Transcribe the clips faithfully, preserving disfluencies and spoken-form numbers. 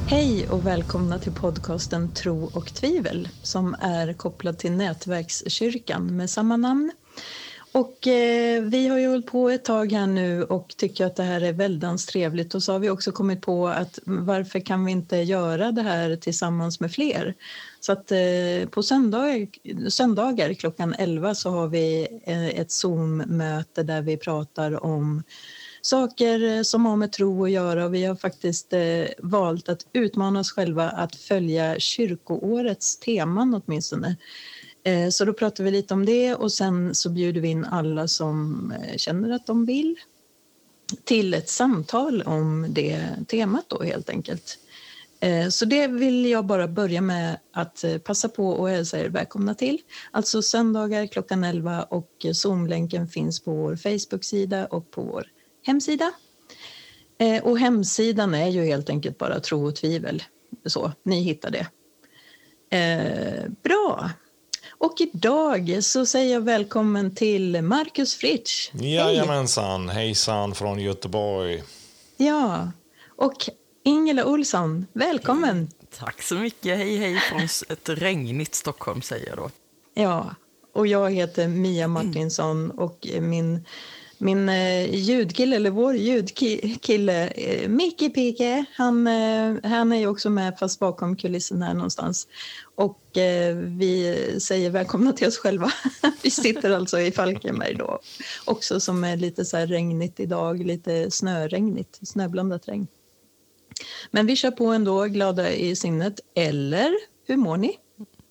Hej och välkomna till podcasten Tro och tvivel som är kopplad till Nätverkskyrkan med samma namn. Och eh, vi har ju hållit på ett tag här nu och tycker att det här är väldigt trevligt. Och så har vi också kommit på att varför kan vi inte göra det här tillsammans med fler? Så att eh, på söndag, söndagar klockan elva så har vi eh, ett Zoom-möte där vi pratar om saker som har med tro att göra. Och vi har faktiskt eh, valt att utmana oss själva att följa kyrkoårets teman åtminstone. Så då pratar vi lite om det och sen så bjuder vi in alla som känner att de vill till ett samtal om det temat då helt enkelt. Så det vill jag bara börja med att passa på och hälsa er välkomna till. Alltså söndagar klockan elva och Zoom-länken finns på vår Facebook-sida och på vår hemsida. Och hemsidan är ju helt enkelt bara tro och tvivel. Så, ni hittar det. Bra! Och idag så säger jag välkommen till Marcus Fritsch. Jajamensan, hejsan från Göteborg. Ja, och Ingela Olsson, välkommen. Tack så mycket, hej hej från ett regnigt Stockholm säger jag då. Ja, och jag heter Mia Martinsson och min... Min eh, ljudkille, eller vår ljudkille, eh, Micke Pike, han, eh, han är ju också med fast bakom kulissen här någonstans. Och eh, vi säger välkomna till oss själva. Vi sitter alltså i Falkenberg då. Också som är lite så här regnigt idag, lite snöregnigt, snöblandat regn. Men vi kör på ändå, glada i sinnet. Eller, hur mår ni?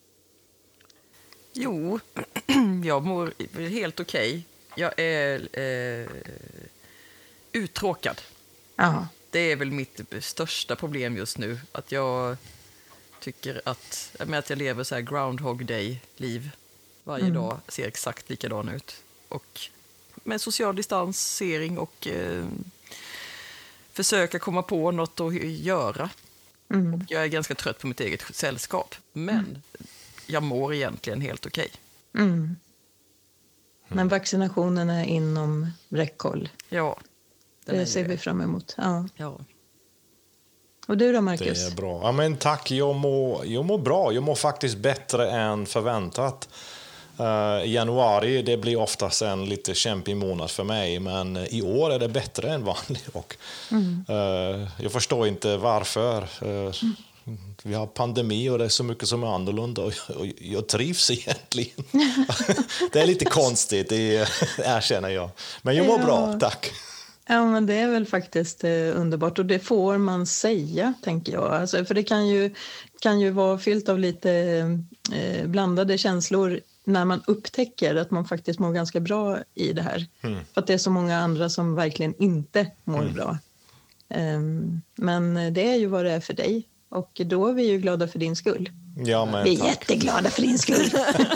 Jo, jag mår helt okej. Okay. Jag är eh, uttråkad. Aha. Det är väl mitt största problem just nu. Att jag tycker att, att jag lever så här Groundhog Day-liv. Varje mm. dag ser exakt likadan ut. Och med social distansering och eh, försöka komma på något att göra. Mm. Och jag är ganska trött på mitt eget sällskap. Men mm. jag mår egentligen helt okej. Okay. Mm. Men vaccinationen är inom räckhåll. Ja. Det ser vi fram emot. Ja. Ja. Och du då, Marcus? Det är bra. Ja, men tack, jag mår, jag mår bra. Jag mår faktiskt bättre än förväntat. Uh, I januari det blir oftast en lite kämpig månad för mig. Men i år är det bättre än vanligt. Och, mm. uh, jag förstår inte varför. Uh, mm. Vi har pandemi och det är så mycket som är annorlunda och jag, och jag trivs egentligen. Det är lite konstigt, det erkänner jag. Men jag mår ja. bra, tack. Ja, men det är väl faktiskt eh, underbart och det får man säga, tänker jag. Alltså, för det kan ju, kan ju vara fyllt av lite eh, blandade känslor när man upptäcker att man faktiskt mår ganska bra i det här. Mm. För att det är så många andra som verkligen inte mår mm. bra. Um, men det är ju vad det är för dig. Och då är vi ju glada för din skull. Ja, men vi är tack. jätteglada för din skull.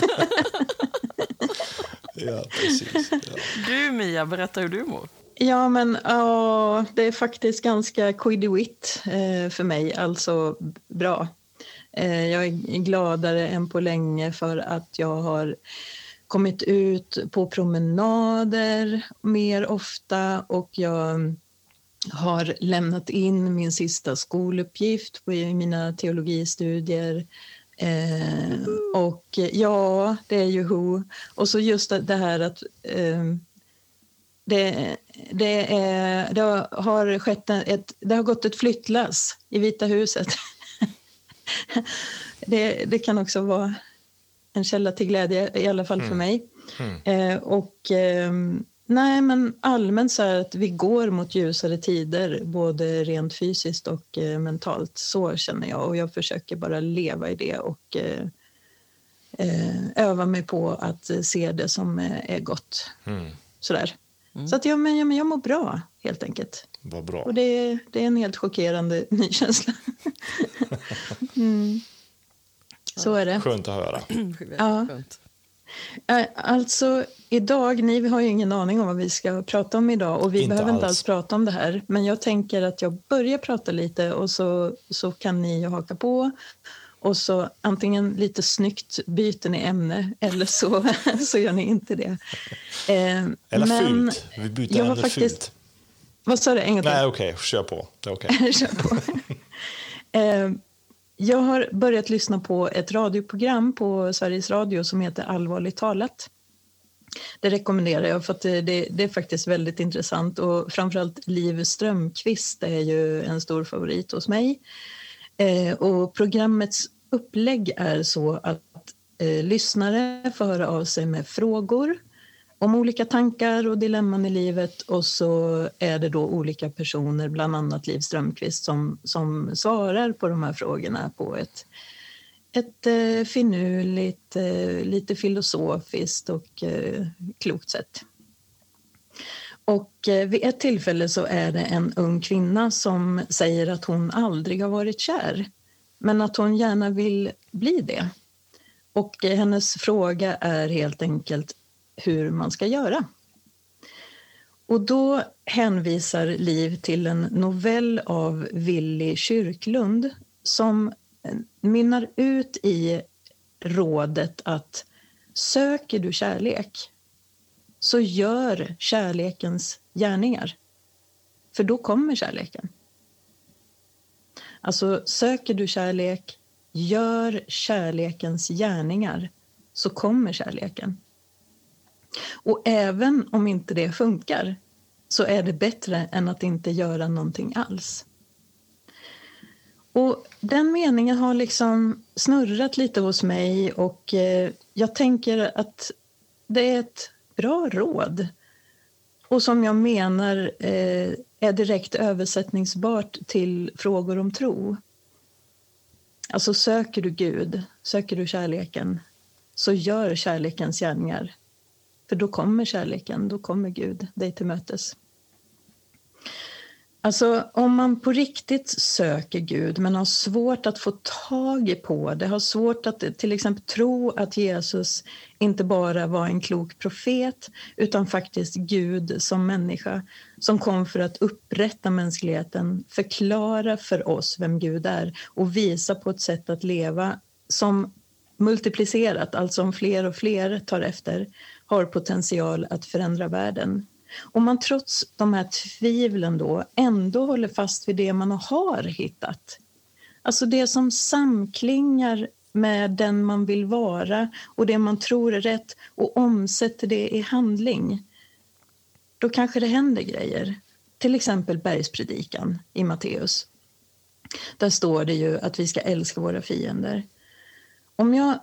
Ja, precis. Ja. Du, Mia, berätta hur du mår. Ja, men åh, det är faktiskt ganska quiddy-wit eh, för mig. Alltså bra. Eh, jag är gladare än på länge för att jag har kommit ut på promenader mer ofta. Och jag har lämnat in min sista skoluppgift på mina teologistudier. Eh, och ja, det är ju ho. Och så just det här att eh, det, det, är, det har skett ett, det har gått ett flyttlass i Vita huset. det, det kan också vara en källa till glädje, i alla fall mm. för mig. Mm. Eh, och eh, nej, men allmänt så här att vi går mot ljusare tider, både rent fysiskt och eh, mentalt. Så känner jag, och jag försöker bara leva i det och eh, eh, öva mig på att se det som eh, är gott. Mm. Sådär. Mm. Så att jag, men, ja, men jag mår bra, helt enkelt. Vad bra. Och det, det är en helt chockerande ny känsla. mm. Så är det. Skönt att höra. Ja. Skönt. Alltså idag, ni har ju ingen aning om vad vi ska prata om idag och vi inte behöver alls. inte alls prata om det här, men jag tänker att jag börjar prata lite och så, så kan ni ju haka på och så antingen lite snyggt byter ni ämne eller så, så gör ni inte det. Eh, eller men fult, vi byter ämne faktiskt, fult. Vad sa du? En gång till? Nej, okej, okay. kör på. Det är okay. Kör på. Eh, jag har börjat lyssna på ett radioprogram på Sveriges Radio som heter Allvarligt talat. Det rekommenderar jag för att det, det, det är faktiskt väldigt intressant, och framförallt Liv Strömquist är ju en stor favorit hos mig. Eh, och programmets upplägg är så att eh, lyssnare får höra av sig med frågor om olika tankar och dilemman i livet, och så är det då olika personer, bland annat Liv Strömquist, som, som svarar på de här frågorna på ett, ett eh, finurligt, eh, lite filosofiskt och eh, klokt sätt. Och eh, vid ett tillfälle så är det en ung kvinna som säger att hon aldrig har varit kär, men att hon gärna vill bli det. Och eh, hennes fråga är helt enkelt hur man ska göra. Och då hänvisar Liv till en novell av Willy Kyrklund som mynnar ut i rådet att söker du kärlek så gör kärlekens gärningar. För då kommer kärleken. Alltså söker du kärlek, gör kärlekens gärningar, så kommer kärleken. Och även om inte det funkar så är det bättre än att inte göra någonting alls. Och den meningen har liksom snurrat lite hos mig, och eh, jag tänker att det är ett bra råd. Och som jag menar eh, är direkt översättningsbart till frågor om tro. Alltså söker du Gud, söker du kärleken, så gör kärlekens gärningar. För då kommer kärleken, då kommer Gud dig till mötes. Alltså om man på riktigt söker Gud men har svårt att få tag på det, har svårt att till exempel tro att Jesus inte bara var en klok profet utan faktiskt Gud som människa som kom för att upprätta mänskligheten, förklara för oss vem Gud är och visa på ett sätt att leva som multiplicerat, alltså om fler och fler tar efter, har potential att förändra världen. Om man trots de här tvivlen då ändå håller fast vid det man har hittat, alltså det som samklingar med den man vill vara och det man tror är rätt, och omsätter det i handling, då kanske det händer grejer. Till exempel bergspredikan i Matteus. Där står det ju att vi ska älska våra fiender. Om jag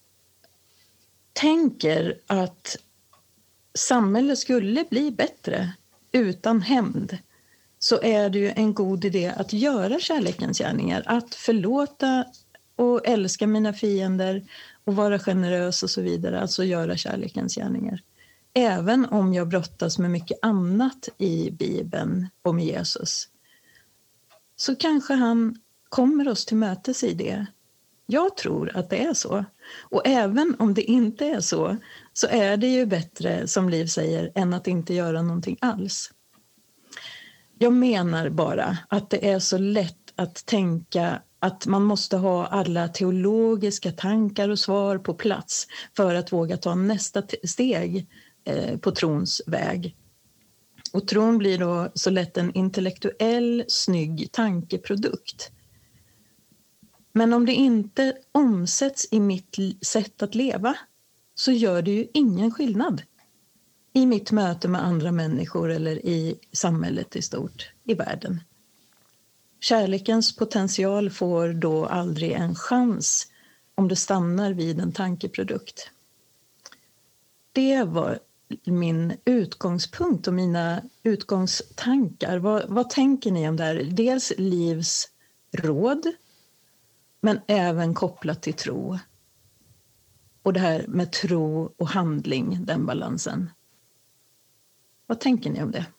tänker att samhället skulle bli bättre utan hämnd, så är det ju en god idé att göra kärlekens gärningar, att förlåta och älska mina fiender och vara generös och så vidare, alltså göra kärlekens gärningar. Även om jag brottas med mycket annat i Bibeln om Jesus, så kanske han kommer oss till mötes i det. Jag tror att det är så. Och även om det inte är så, så är det ju bättre, som Liv säger, än att inte göra någonting alls. Jag menar bara att det är så lätt att tänka att man måste ha alla teologiska tankar och svar på plats för att våga ta nästa steg på trons väg. Och tron blir då så lätt en intellektuell, snygg tankeprodukt. Men om det inte omsätts i mitt sätt att leva, så gör det ju ingen skillnad i mitt möte med andra människor eller i samhället i stort, i världen. Kärlekens potential får då aldrig en chans om det stannar vid en tankeprodukt. Det var min utgångspunkt och mina utgångstankar. Vad, vad tänker ni om det här? Dels Livs råd, men även kopplat till tro. Och det här med tro och handling, den balansen. Vad tänker ni om det?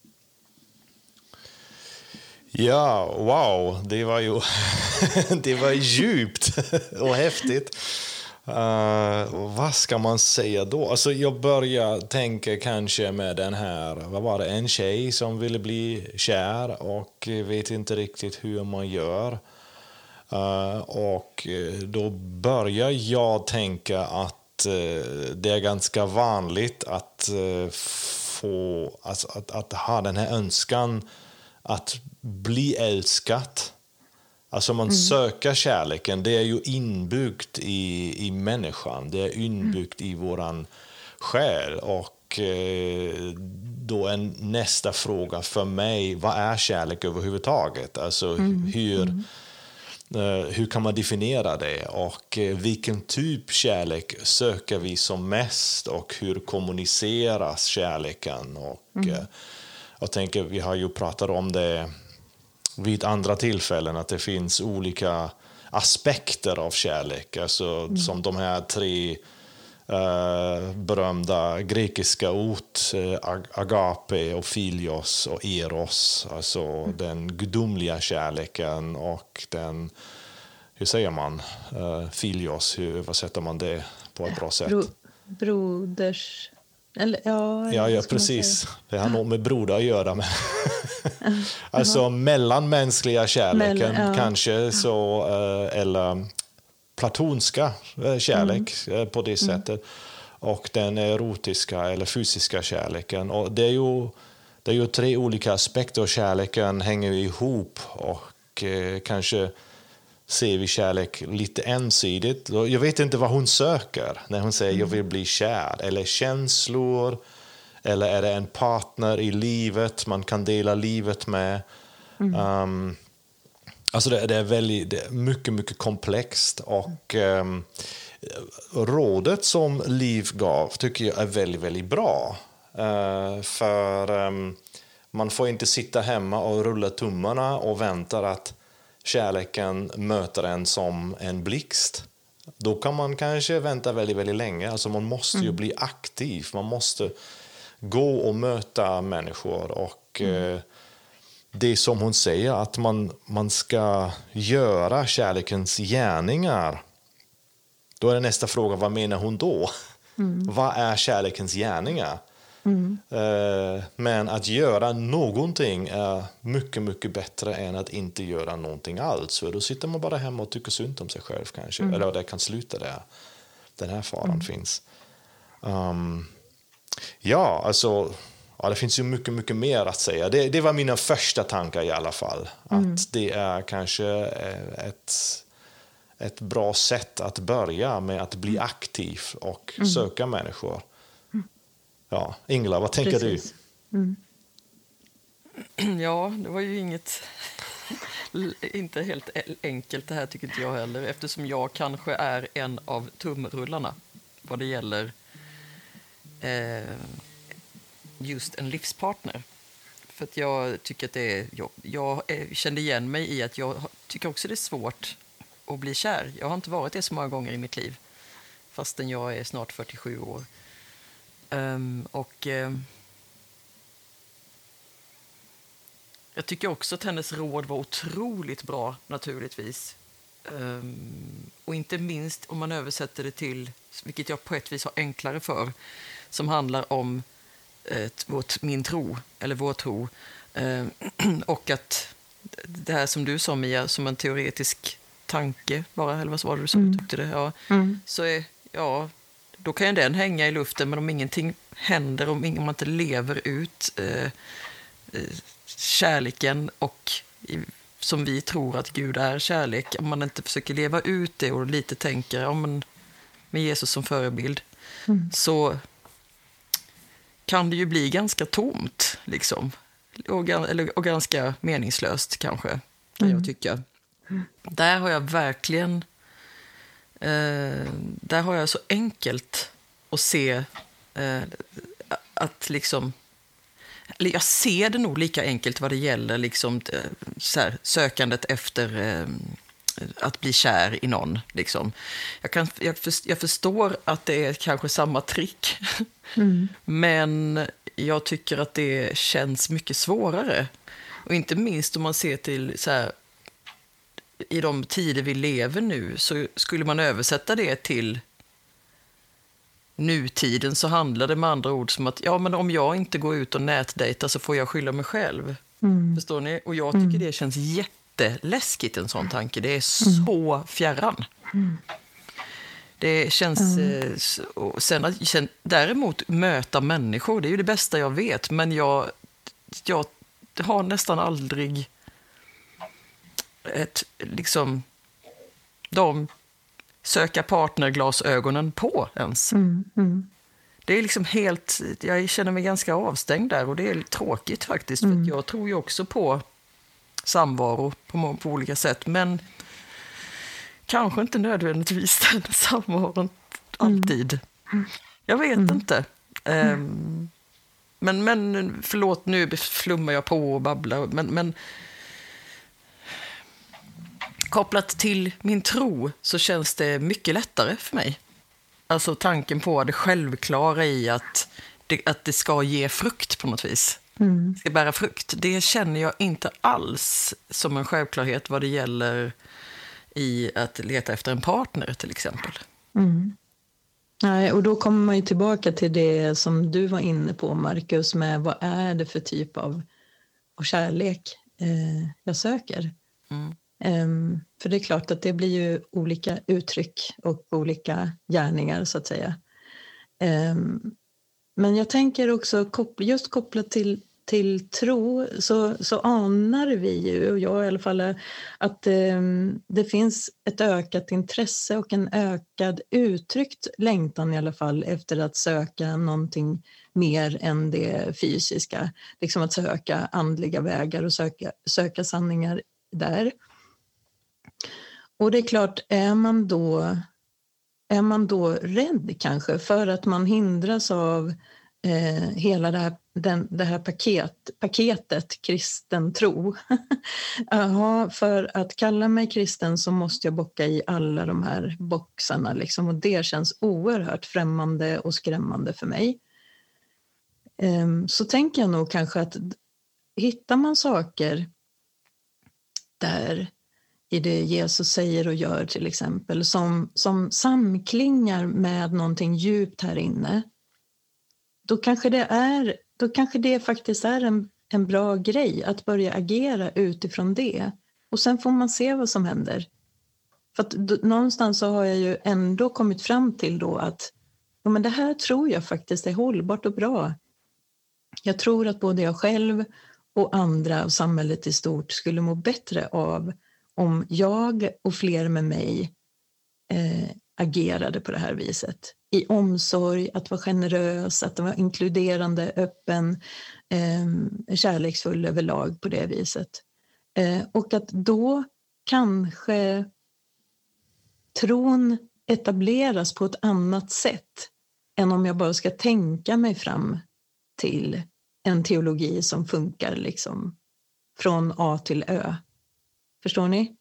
Ja, wow, det var ju det var djupt och häftigt. Uh, vad ska man säga då? Alltså jag börjar tänka kanske med den här, vad var det, en tjej som ville bli kär och vet inte riktigt hur man gör. Uh, och då börjar jag tänka att uh, det är ganska vanligt att uh, få alltså, att, att ha den här önskan att bli älskad, Alltså man mm. söker kärleken, det är ju inbyggt i, i människan, det är inbyggt mm. i våran själ. Och eh, då är nästa fråga för mig, vad är kärlek överhuvudtaget? Alltså mm. hur... Mm. Uh, hur kan man definiera det och uh, vilken typ kärlek söker vi som mest och hur kommuniceras kärleken? Och mm. uh, jag tänker, vi har ju pratat om det vid andra tillfällen, att det finns olika aspekter av kärlek, alltså mm. som de här tre Uh, berömda grekiska ord, uh, agape och philios och eros, alltså mm. den gudomliga kärleken och den, hur säger man, uh, philios, hur översätter man det på ett bra sätt? Bro, broders, eller ja, ja, ja precis, det har nog med broder att göra, men alltså mellanmänskliga kärleken Mell, ja. kanske så, uh, eller platonska kärlek mm. på det sättet mm. och den erotiska eller fysiska kärleken, och det är ju det är ju tre olika aspekter och kärleken hänger ihop, och eh, kanske ser vi kärlek lite ensidigt. Jag vet inte vad hon söker när hon säger mm. jag vill bli kär, eller känslor, eller är det en partner i livet man kan dela livet med. mm. um, Alltså det, det är väldigt, det är mycket, mycket komplext, och eh, rådet som Liv gav tycker jag är väldigt, väldigt bra. Eh, för eh, man får inte sitta hemma och rulla tummarna och vänta att kärleken möter en som en blixt. Då kan man kanske vänta väldigt, väldigt länge. Alltså man måste mm. ju bli aktiv, man måste gå och möta människor, och mm. eh, det som hon säger, att man, man ska göra kärlekens gärningar. Då är det nästa fråga, vad menar hon då? Mm. Vad är kärlekens gärningar? Mm. Uh, men att göra någonting är mycket, mycket bättre än att inte göra någonting alls. För då sitter man bara hemma och tycker synd om sig själv kanske. Mm. Eller det kan sluta där. Den här faran mm. finns. Um, ja, alltså... Ja, det finns ju mycket, mycket mer att säga. Det, det var mina första tankar i alla fall. Mm. Att det är kanske ett, ett bra sätt att börja med att bli aktiv och mm. söka människor. Mm. Ja, Ingela, vad tänker Precis. du? Mm. Ja, det var ju inget... inte helt enkelt det här, tycker inte jag heller. Eftersom jag kanske är en av tumrullarna vad det gäller... Eh, just en livspartner. För att jag tycker att det är... Jag, jag kände igen mig i att jag tycker också det är svårt att bli kär. Jag har inte varit det så många gånger i mitt liv. Fastän jag är snart fyrtiosju år. Um, och... Um, jag tycker också att hennes råd var otroligt bra, naturligtvis. Um, och inte minst om man översätter det till, vilket jag på ett vis har enklare för, som handlar om Ett, vårt, min tro, eller vår tro, eh, och att det här som du sa, Mia, som en teoretisk tanke bara, eller vad var det du sa, mm. tyckte det? Ja. Mm. Så är, ja, då kan ju den hänga i luften, men om ingenting händer, om, om man inte lever ut eh, eh, kärleken och i, som vi tror att Gud är kärlek, om man inte försöker leva ut det och lite tänker, ja, men, med Jesus som förebild, mm. så kan det ju bli ganska tomt, liksom. Och, eller, och ganska meningslöst, kanske, kan mm. jag tycka. Mm. Där har jag verkligen... Eh, där har jag så enkelt att se eh, att liksom... Jag ser det nog lika enkelt vad det gäller liksom, så här, sökandet efter... Eh, att bli kär i någon. Liksom. Jag, kan, jag, förstår, jag förstår att det är kanske samma trick. Mm. Men jag tycker att det känns mycket svårare. Och inte minst om man ser till så här, i de tider vi lever nu, så skulle man översätta det till nutiden, så handlar det med andra ord som att ja, men om jag inte går ut och nätdejtar så får jag skylla mig själv. Mm. Förstår ni? Och jag tycker mm. det känns jätte läskigt, en sån tanke. Det är så mm. fjärran. Mm. Det känns... Mm. Eh, sen, sen, däremot möta människor, det är ju det bästa jag vet. Men jag, jag har nästan aldrig... Eh, ett, liksom, de söka partnerglasögonen på ens. Mm, mm. Det är liksom helt, jag känner mig ganska avstängd där och det är tråkigt faktiskt. Mm. För jag tror ju också på samvaro på, på olika sätt, men kanske inte nödvändigtvis den samvaron alltid. Mm. Jag vet mm. inte. Um, mm. men, men förlåt, nu flummar jag på och babblar, men, men kopplat till min tro så känns det mycket lättare för mig. Alltså tanken på det självklara i att det, att det ska ge frukt på något vis. Mm. Ska bära frukt. Det känner jag inte alls som en självklarhet vad det gäller i att leta efter en partner till exempel. Mm. Nej, och då kommer man ju tillbaka till det som du var inne på, Marcus, med vad är det för typ av, av kärlek eh, jag söker. Mm. Um, för det är klart att det blir ju olika uttryck och olika gärningar så att säga. Um, men jag tänker också just kopplat till, till tro så, så anar vi ju, och jag i alla fall, att um, det finns ett ökat intresse och en ökad uttryckt längtan i alla fall efter att söka någonting mer än det fysiska. Liksom att söka andliga vägar och söka, söka sanningar där. Och det är klart, är man då, är man då rädd kanske för att man hindras av eh, hela det här, den, det här paket, paketet kristen tro. Aha, för att kalla mig kristen så måste jag bocka i alla de här boxarna. Liksom, och det känns oerhört främmande och skrämmande för mig. Eh, så tänker jag nog kanske att hittar man saker där i det Jesus säger och gör till exempel, som, som samklingar med någonting djupt här inne, då kanske det, är, då kanske det faktiskt är en, en bra grej att börja agera utifrån det. Och sen får man se vad som händer. För att då, någonstans så har jag ju ändå kommit fram till då att ja, men det här tror jag faktiskt är hållbart och bra. Jag tror att både jag själv och andra och samhället i stort skulle må bättre av om jag och fler med mig eh, agerade på det här viset. I omsorg, att vara generös, att vara inkluderande, öppen, eh, kärleksfull överlag på det viset. Eh, och att då kanske tron etableras på ett annat sätt än om jag bara ska tänka mig fram till en teologi som funkar liksom från A till Ö. Förstår ni?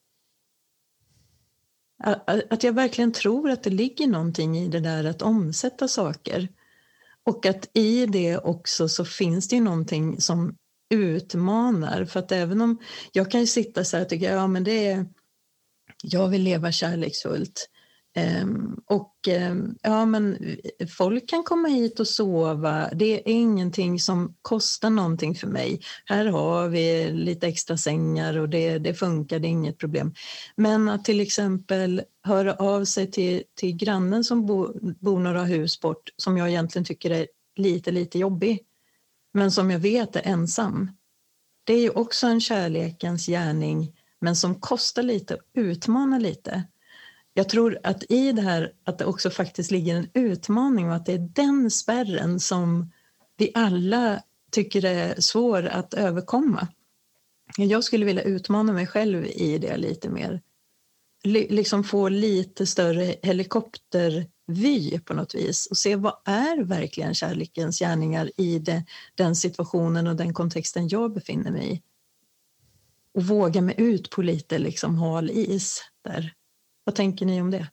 Att jag verkligen tror att det ligger någonting i det där att omsätta saker. Och att i det också så finns det ju någonting som utmanar. För att även om jag kan ju sitta så här och tycka, ja men det är, jag vill leva kärleksfullt. Um, och um, ja men folk kan komma hit och sova, det är ingenting som kostar någonting för mig. Här har vi lite extra sängar och det, det funkar, det är inget problem. Men att till exempel höra av sig till, till grannen som bo, bor några hus bort, som jag egentligen tycker är lite lite jobbig, men som jag vet är ensam. Det är ju också en kärlekens gärning, men som kostar lite, utmanar lite. Jag tror att i det här att det också faktiskt ligger en utmaning och att det är den spärren som vi alla tycker är svår att överkomma. Jag skulle vilja utmana mig själv i det lite mer. L- liksom få lite större helikoptervy på något vis och se vad är verkligen kärlekens gärningar i det, den situationen och den kontexten jag befinner mig i. Och våga mig ut på lite liksom hal is där. Vad tänker ni om det?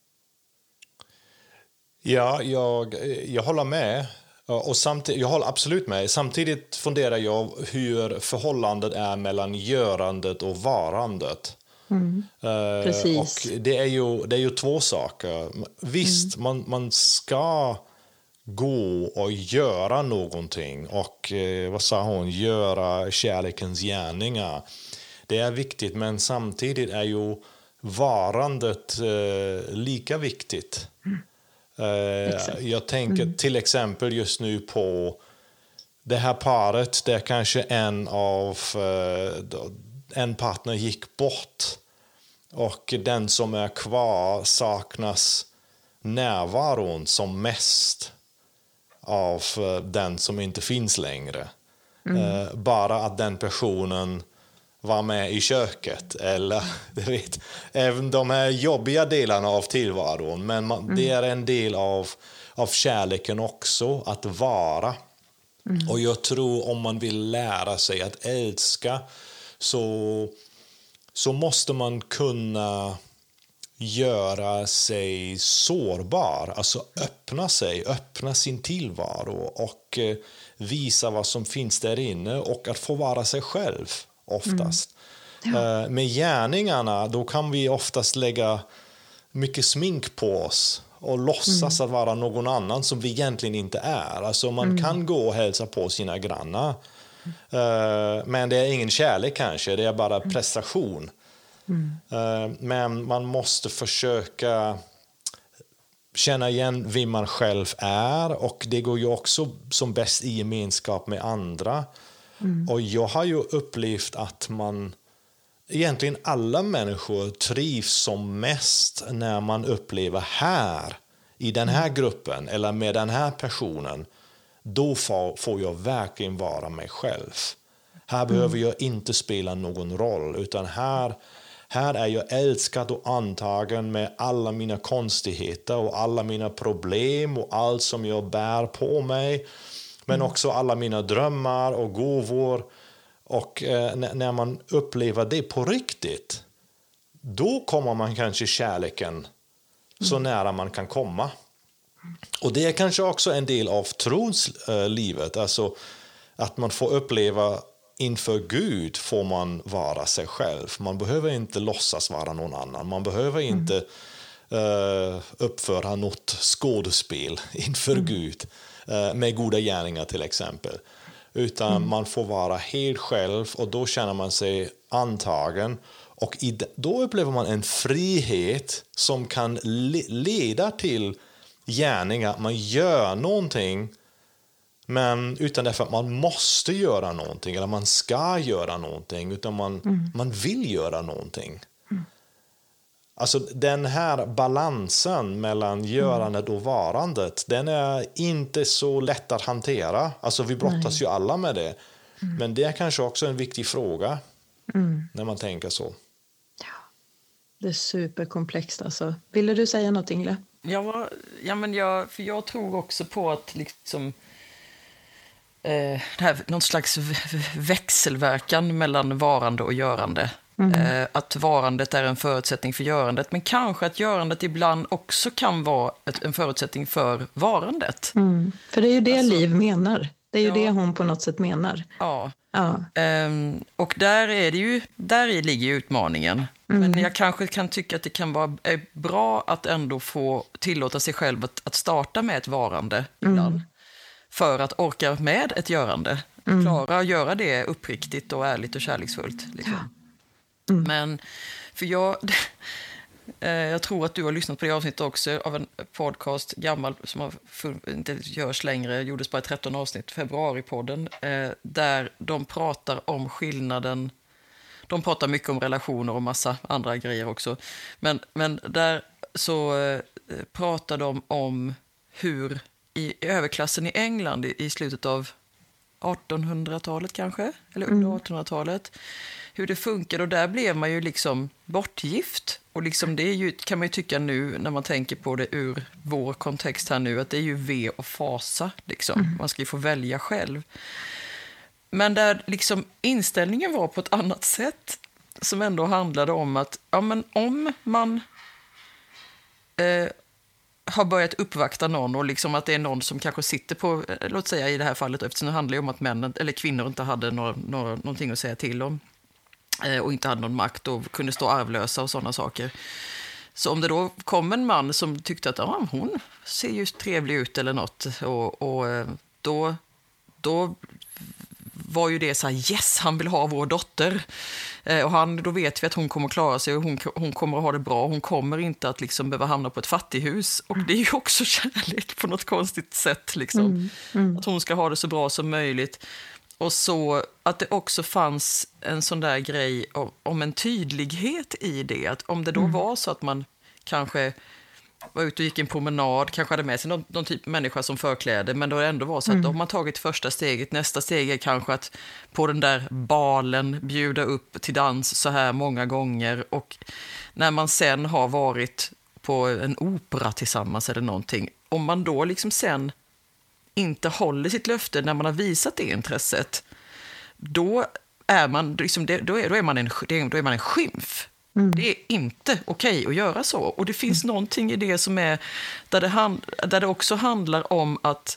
Ja, jag, jag håller med. Och samtidigt, jag håller absolut med. Samtidigt funderar jag hur förhållandet är mellan görandet och varandet. Mm. Precis. Och det är ju, det är ju två saker. Visst, mm. man, man ska gå och göra någonting. Och vad sa hon? Göra kärlekens gärningar. Det är viktigt, men samtidigt är ju varandet eh, lika viktigt. Mm. Eh, jag tänker mm. till exempel just nu på det här paret där kanske en av eh, en partner gick bort Och den som är kvar saknas närvaron som mest av den som inte finns längre. Mm. Uh, bara att den personen var med i köket. Eller, du vet, även de här jobbiga delarna av tillvaron. Men man, mm. det är en del av, av kärleken också, att vara. Mm. Och jag tror om man vill lära sig att älska så, så måste man kunna göra sig sårbar. Alltså öppna sig, öppna sin tillvaro och eh, visa vad som finns där inne och att få vara sig själv oftast. Mm. Ja. Uh, med gärningarna då kan vi oftast lägga mycket smink på oss och låtsas mm. att vara någon annan som vi egentligen inte är. Alltså man mm. kan gå och hälsa på sina grannar. Uh, men det är ingen kärlek kanske, det är bara prestation. Mm. Uh, men man måste försöka känna igen vem man själv är, och det går ju också som bäst i gemenskap med andra. Mm. Och jag har ju upplevt att man egentligen alla människor trivs som mest när man upplever här i den här gruppen eller med den här personen. Då får, får jag verkligen vara mig själv. Här mm. behöver jag inte spela någon roll, utan här, här är jag älskad och antagen med alla mina konstigheter och alla mina problem och allt som jag bär på mig. Men mm. också alla mina drömmar och gåvor. Och eh, n- när man upplever det på riktigt, då kommer man kanske kärleken mm. så nära man kan komma. Och det är kanske också en del av troslivet. Eh, alltså att man får uppleva inför Gud får man vara sig själv. Man behöver inte låtsas vara någon annan. Man behöver inte mm. eh, uppföra något skådespel inför mm. Gud. Med goda gärningar till exempel. Utan mm. man får vara helt själv, och då känner man sig antagen. Och i de, då upplever man en frihet som kan le, leda till gärningar. Man gör någonting, men utan därför att man måste göra någonting eller man ska göra någonting, utan man, mm. man vill göra någonting. Mm. Alltså den här balansen mellan görandet och varandet, den är inte så lätt att hantera. Alltså vi brottas Nej. ju alla med det. Mm. Men det är kanske också en viktig fråga mm. när man tänker så. Ja, det är superkomplext alltså. Ville du säga något, Ingela? Ja, ja men jag, för jag tror också på att liksom eh, det här, någon slags växelverkan mellan varande och görande. Mm. Att varandet är en förutsättning för görandet, men kanske att görandet ibland också kan vara ett, en förutsättning för varandet. Mm. För det är ju det alltså, Liv menar. Det är ju ja. det hon på något sätt menar. Ja. ja. Um, och där är det ju, där i ligger ju utmaningen. Mm. Men jag kanske kan tycka att det kan vara bra att ändå få tillåta sig själv att, att starta med ett varande ibland. Mm. För att orka med ett görande. Mm. Klara att göra det uppriktigt och ärligt och kärleksfullt. Liksom. Ja. Mm. Men för jag jag tror att du har lyssnat på det avsnittet också av en podcast gammal som har inte görs längre, gjordes bara tretton avsnitt, Februaripodden, där de pratar om skillnaden. De pratar mycket om relationer och massa andra grejer också. Men, men där så pratar de om hur i överklassen i England i, i slutet av artonhundratalet kanske, eller under mm. artonhundratalet, hur det funkar, och där blev man ju liksom bortgift, och liksom det är ju, kan man ju tycka nu när man tänker på det ur vår kontext här nu, att det är ju ve och fasa liksom. Mm. Man ska ju få välja själv. Men där liksom inställningen var på ett annat sätt, som ändå handlade om att ja, men om man eh, har börjat uppvakta någon, och liksom att det är någon som kanske sitter på, låt säga i det här fallet, eftersom det handlar ju om att män eller kvinnor inte hade några, några, någonting att säga till om och inte hade någon makt och kunde stå arvlösa och sådana saker. Så om det då kom en man som tyckte att ah, hon ser ju trevlig ut eller något, och, och då, då var ju det så här, yes, han vill ha vår dotter. Eh, och han, då vet vi att hon kommer att klara sig och hon, hon kommer att ha det bra. Hon kommer inte att liksom behöva hamna på ett fattighus. Och det är ju också kärlek på något konstigt sätt. Liksom. Mm, mm. Att hon ska ha det så bra som möjligt. Och så att det också fanns en sån där grej om, om en tydlighet i det. Att om det då mm. var så att man kanske var ute och gick en promenad, kanske hade med sig någon, någon typ av människa som förkläde, men då ändå var så att mm. om man tagit första steget, nästa steg är kanske att på den där balen bjuda upp till dans så här många gånger, och när man sen har varit på en opera tillsammans eller någonting, om man då liksom sen inte håller sitt löfte när man har visat det intresset, då är man, liksom, då är, då är man en, då är man en skymf. Mm. Det är inte okej att göra så. Och det finns mm. någonting i det som är där det, hand, där det också handlar om att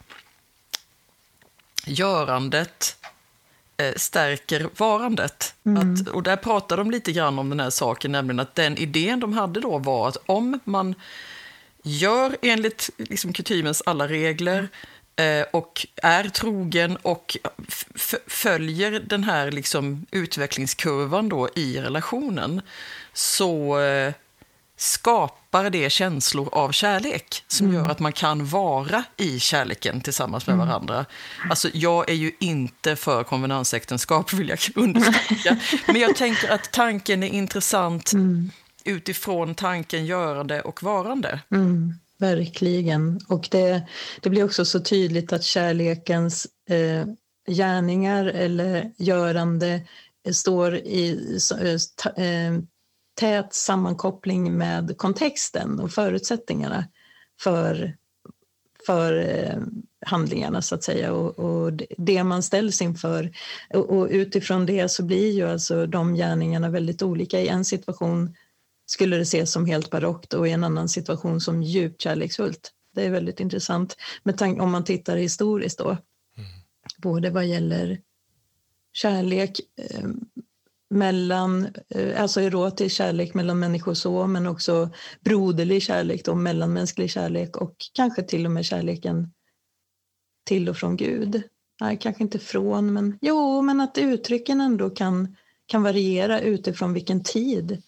görandet eh, stärker varandet. Mm. Att, och där pratar de lite grann om den här saken, nämligen att den idén de hade då var att om man gör enligt liksom kutymens alla regler eh, och är trogen och f- följer den här liksom utvecklingskurvan då i relationen, så eh, skapar det känslor av kärlek som mm. gör att man kan vara i kärleken tillsammans med mm. varandra. Alltså jag är ju inte för konvenansäktenskap, vill jag understryka. Men jag tänker att tanken är intressant mm. utifrån tanken görande och varande. Mm, verkligen. Och det, det blir också så tydligt att kärlekens eh, gärningar eller görande står i eh, tät sammankoppling med kontexten och förutsättningarna för, för eh, handlingarna så att säga, och, och det man ställs inför. Och, och utifrån det så blir ju alltså de gärningarna väldigt olika. I en situation skulle det ses som helt barockt och i en annan situation som djupt kärleksfullt. Det är väldigt intressant med tanke om man tittar historiskt då. Mm. Både vad gäller kärlek eh, mellan, eh, alltså erotisk kärlek mellan människor så, men också broderlig kärlek då, mellanmänsklig kärlek och kanske till och med kärleken till och från Gud. Nej, kanske inte från, men jo, men att uttrycken ändå kan, kan variera utifrån vilken tid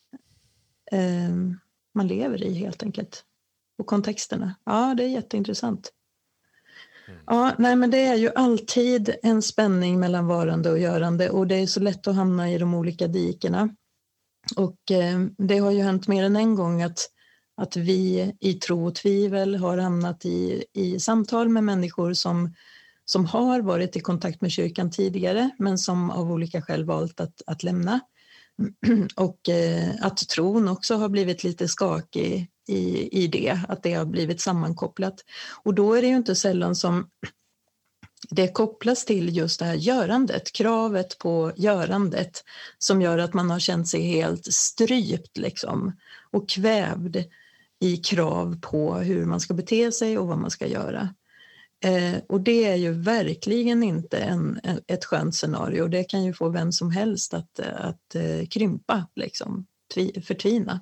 man lever i helt enkelt. Och kontexterna. Ja, det är jätteintressant. Mm. Ja, nej, men det är ju alltid en spänning mellan varande och görande. Och det är så lätt att hamna i de olika dikerna. Och eh, det har ju hänt mer än en gång att, att vi i tro och tvivel har hamnat i, i samtal med människor som, som har varit i kontakt med kyrkan tidigare, men som av olika skäl valt att, att lämna. Och eh, att tron också har blivit lite skakig i, i det, att det har blivit sammankopplat. Och då är det ju inte sällan som det kopplas till just det här görandet, kravet på görandet, som gör att man har känt sig helt strypt liksom, och kvävd i krav på hur man ska bete sig och vad man ska göra. Eh, och det är ju verkligen inte en, ett skönt scenario. Det kan ju få vem som helst att, att eh, krympa, liksom, tvi, förtvina.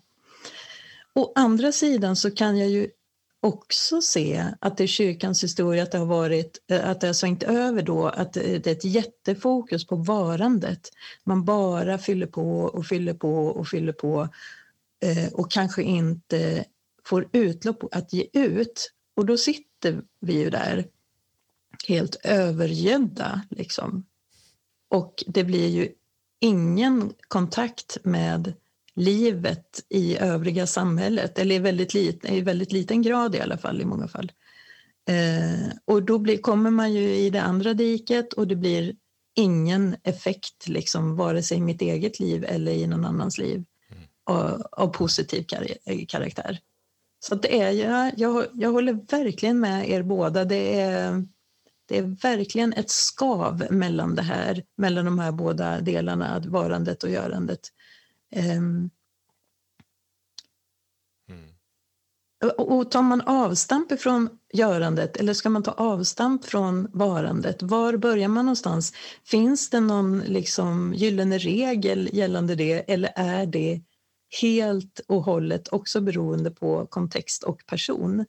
Å andra sidan så kan jag ju också se att det är kyrkans historia att det har varit, att det har svängt över då, att det är ett jättefokus på varandet. Man bara fyller på och fyller på och fyller på eh, och kanske inte får utlopp att ge ut. Och då sitter vi ju där helt övergödda liksom. Och det blir ju ingen kontakt med livet i övriga samhället, eller i väldigt, lit, i väldigt liten grad i alla fall, i många fall. Eh, och då blir, kommer man ju i det andra diket och det blir ingen effekt liksom, vare sig i mitt eget liv eller i någon annans liv mm. av, av positiv kar- karaktär. Så det är, jag, jag, jag håller verkligen med er båda. Det är, det är verkligen ett skav mellan det här, mellan de här båda delarna, varandet och görandet. Um, mm. och, och tar man avstamp från görandet eller ska man ta avstamp från varandet? Var börjar man någonstans? Finns det någon liksom gyllene regel gällande det, eller är det helt och hållet också beroende på kontext och person?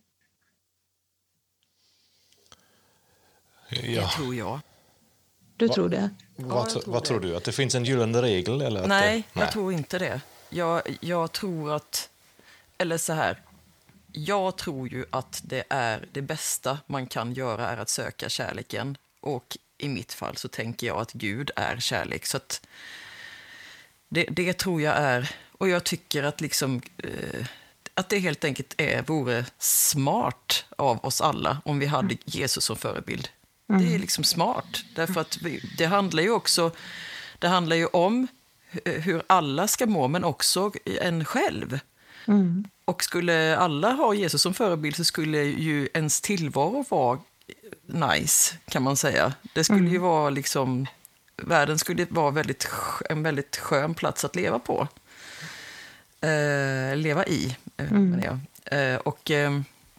Ja. Det tror jag. Du tror det? Ja, vad tror, vad tror du? Att det finns en gyllene regel? Eller att nej, det, nej, jag tror inte det. Jag, jag tror att, eller så här, jag tror ju att det är det bästa man kan göra är att söka kärleken och i mitt fall så tänker jag att Gud är kärlek. Så att det, det tror jag är, och jag tycker att liksom eh, att det helt enkelt är, vore smart av oss alla om vi hade Jesus som förebild. Mm. Det är liksom smart, därför att vi, det handlar ju också det handlar ju om hur alla ska må, men också en själv. Mm. Och skulle alla ha Jesus som förebild så skulle ju ens tillvaro vara nice, kan man säga. Det skulle mm. ju vara liksom, världen skulle vara väldigt, en väldigt skön plats att leva på. Eh, leva i, mm. menar jag. Eh, och, eh,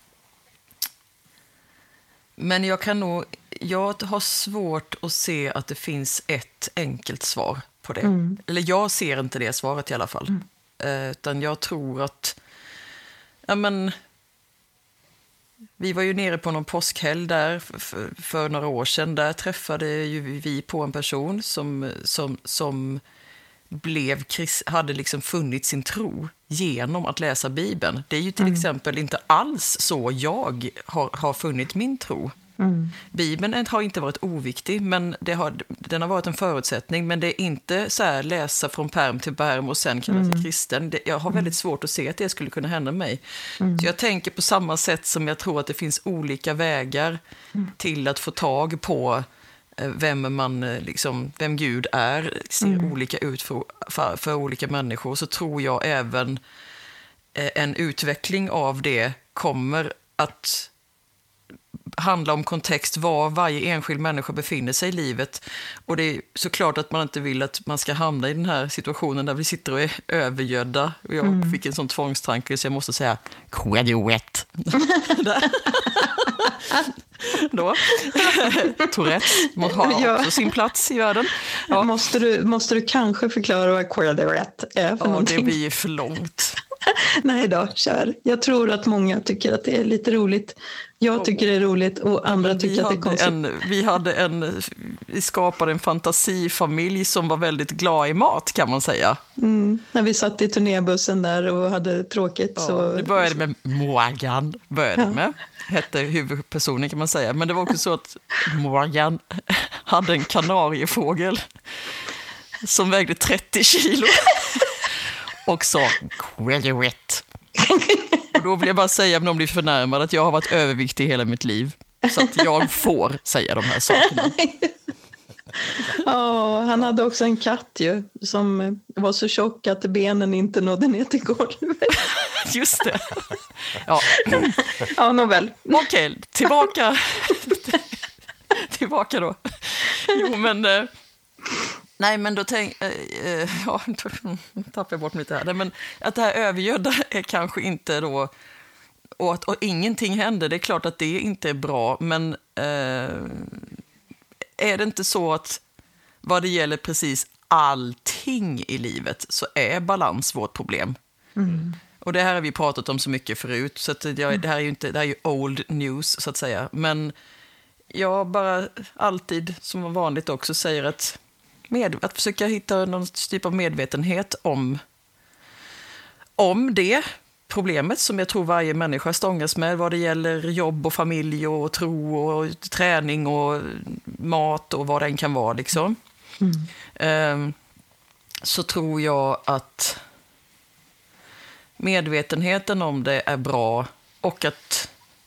men jag kan nog, jag har svårt att se att det finns ett enkelt svar på det. Mm. Eller jag ser inte det svaret i alla fall. Mm. Eh, utan jag tror att, ja men, vi var ju nere på någon påskhelg där för, för några år sedan. Där träffade ju vi på en person som, som, som blev, hade liksom funnit sin tro genom att läsa Bibeln. Det är ju till mm. exempel inte alls så jag har, har funnit min tro. Mm. Bibeln har inte varit oviktig, men det har, den har varit en förutsättning, men det är inte så här läsa från perm till perm och sen kalla sig mm. kristen. Det, jag har väldigt svårt att se att det skulle kunna hända mig. Mm. Så jag tänker på samma sätt som jag tror att det finns olika vägar mm. till att få tag på vem man liksom, vem Gud är, ser mm. olika ut för, för, för olika människor, så tror jag även en utveckling av det kommer att handla om kontext, var varje enskild människa befinner sig i livet. Och det är såklart att man inte vill att man ska hamna i den här situationen där vi sitter och är övergödda. Och jag mm. fick en sån tvångstanke så jag måste säga quaduet. Då. Tourettes har ja. också sin plats i världen. Ja. Måste, du, måste du kanske förklara vad quaduet är för ja, någonting? Det blir för långt. Nej då, kör. Jag tror att många tycker att det är lite roligt. Jag tycker det är roligt och andra tycker vi att det är konstigt. En, vi, hade en, vi skapade en fantasifamilj som var väldigt glad i mat, kan man säga. Mm, när vi satt i turnébussen där och hade tråkigt. Ja, så... Det började med Morgan, började ja. med. Hette huvudpersonen, kan man säga. Men det var också så att Morgan hade en kanariefågel som vägde trettio kilo. Och sa quaduet. Och då vill jag bara säga, om någon blir förnärmad, att jag har varit överviktig hela mitt liv. Så att jag får säga de här sakerna. Ja, han hade också en katt ju, som var så tjock att benen inte nådde ner till golvet. Just det. Ja, ja nåväl. Okej, tillbaka. Tillbaka då. Jo, men... Nej, men då tänk... Äh, äh, ja, tappar jag bort mig lite här. Nej, men att det här övergödda är kanske inte då... Och att och ingenting händer, det är klart att det inte är bra. Men äh, är det inte så att vad det gäller precis allting i livet så är balans vårt problem? Mm. Och det här har vi pratat om så mycket förut. Så att det, det här är ju inte, det här är ju old news, så att säga. Men jag bara alltid, som vanligt också, säger att... Med, att försöka hitta någon typ av medvetenhet om, om det problemet som jag tror varje människa stångas med vad det gäller jobb och familj och tro och träning och mat och vad det än kan vara. Liksom. Mm. Um, så tror jag att medvetenheten om det är bra och att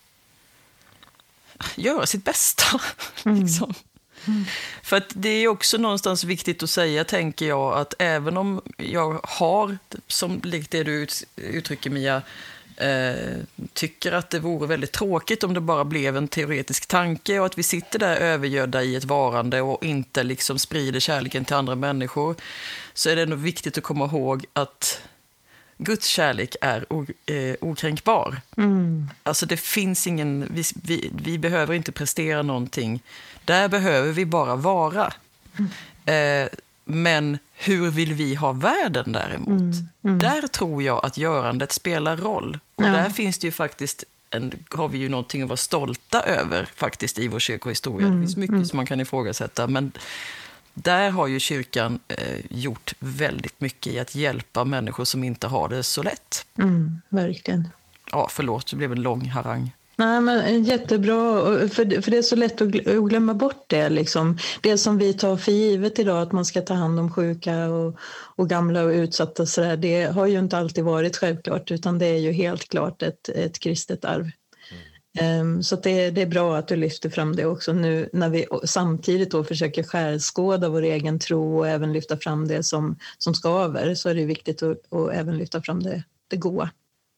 göra sitt bästa. Mm. liksom. Mm. För att det är också någonstans viktigt att säga, tänker jag, att även om jag har, som likt det du uttrycker, Mia, eh, tycker att det vore väldigt tråkigt om det bara blev en teoretisk tanke och att vi sitter där övergödda i ett varande och inte liksom sprider kärleken till andra människor, så är det nog viktigt att komma ihåg att Guds kärlek är o, eh, okränkbar. Mm. Alltså det finns ingen, vi, vi, vi behöver inte prestera någonting. Där behöver vi bara vara. Mm. Eh, men hur vill vi ha världen däremot? Mm. Mm. Där tror jag att görandet spelar roll. Och ja. Där finns det ju faktiskt, en, har vi ju någonting att vara stolta över faktiskt i vår kyrkohistoria. Mm. Det finns mycket mm. som man kan ifrågasätta, men där har ju kyrkan eh, gjort väldigt mycket i att hjälpa människor som inte har det så lätt. Mm, verkligen. Ja, förlåt, det blev en lång harang. Nej, men jättebra, för, för det är så lätt att glömma bort det. Liksom. Det som vi tar för givet idag, att man ska ta hand om sjuka och, och gamla och utsatta, så där, det har ju inte alltid varit självklart, utan det är ju helt klart ett, ett kristet arv. Mm. Um, så det, det är bra att du lyfter fram det också nu, när vi samtidigt då försöker skärskåda vår egen tro och även lyfta fram det som, som skaver, så är det viktigt att, att även lyfta fram det, det goda.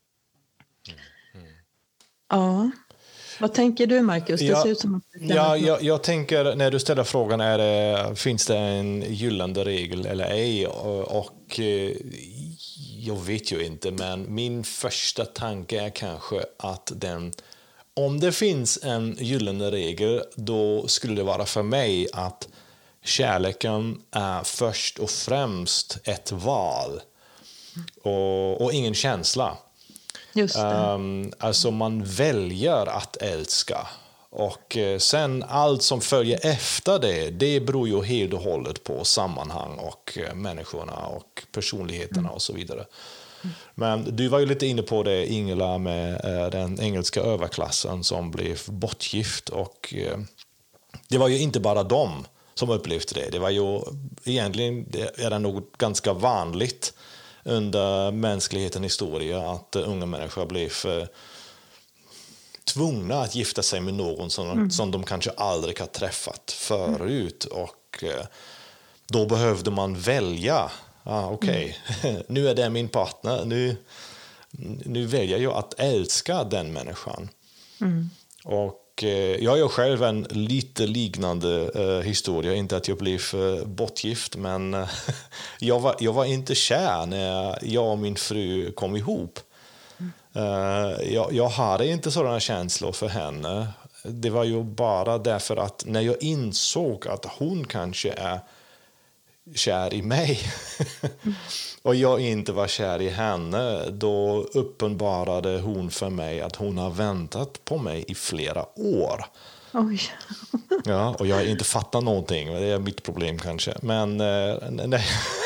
Ja, vad tänker du, Marcus? Det ja, ser ut som att ja, jag, jag tänker, när du ställer frågan, är det, finns det en gyllene regel eller ej? Och, och jag vet ju inte, men min första tanke är kanske att den, om det finns en gyllene regel, då skulle det vara för mig att kärleken är först och främst ett val och, och ingen känsla. Just det. Um, alltså man väljer att älska, och uh, sen allt som följer efter det, det beror ju helt och hållet på sammanhang och uh, människorna och personligheterna mm. och så vidare. Mm. Men du var ju lite inne på det, Ingela, med uh, den engelska överklassen som blev bortgift, och uh, det var ju inte bara de som upplevde det. Det var ju egentligen, det är något ganska vanligt under mänsklighetens historia att uh, unga människor blev uh, tvungna att gifta sig med någon som, mm. som de kanske aldrig har träffat förut. Mm. Och uh, då behövde man välja. Ah, Okej, okay. mm. nu är det min partner. Nu, nu väljer jag att älska den människan. Mm. Och jag har ju själv en lite liknande uh, historia. Inte att jag blev uh, bortgift, men uh, jag, var, jag var inte kär när jag och min fru kom ihop. Mm. Uh, jag, jag hade inte sådana känslor för henne. Det var ju bara därför att när jag insåg att hon kanske är kär i mig mm. och jag inte var kär i henne, då uppenbarade hon för mig att hon har väntat på mig i flera år. Oj. Ja, och jag har inte fattat någonting, det är mitt problem kanske. Men eh, när,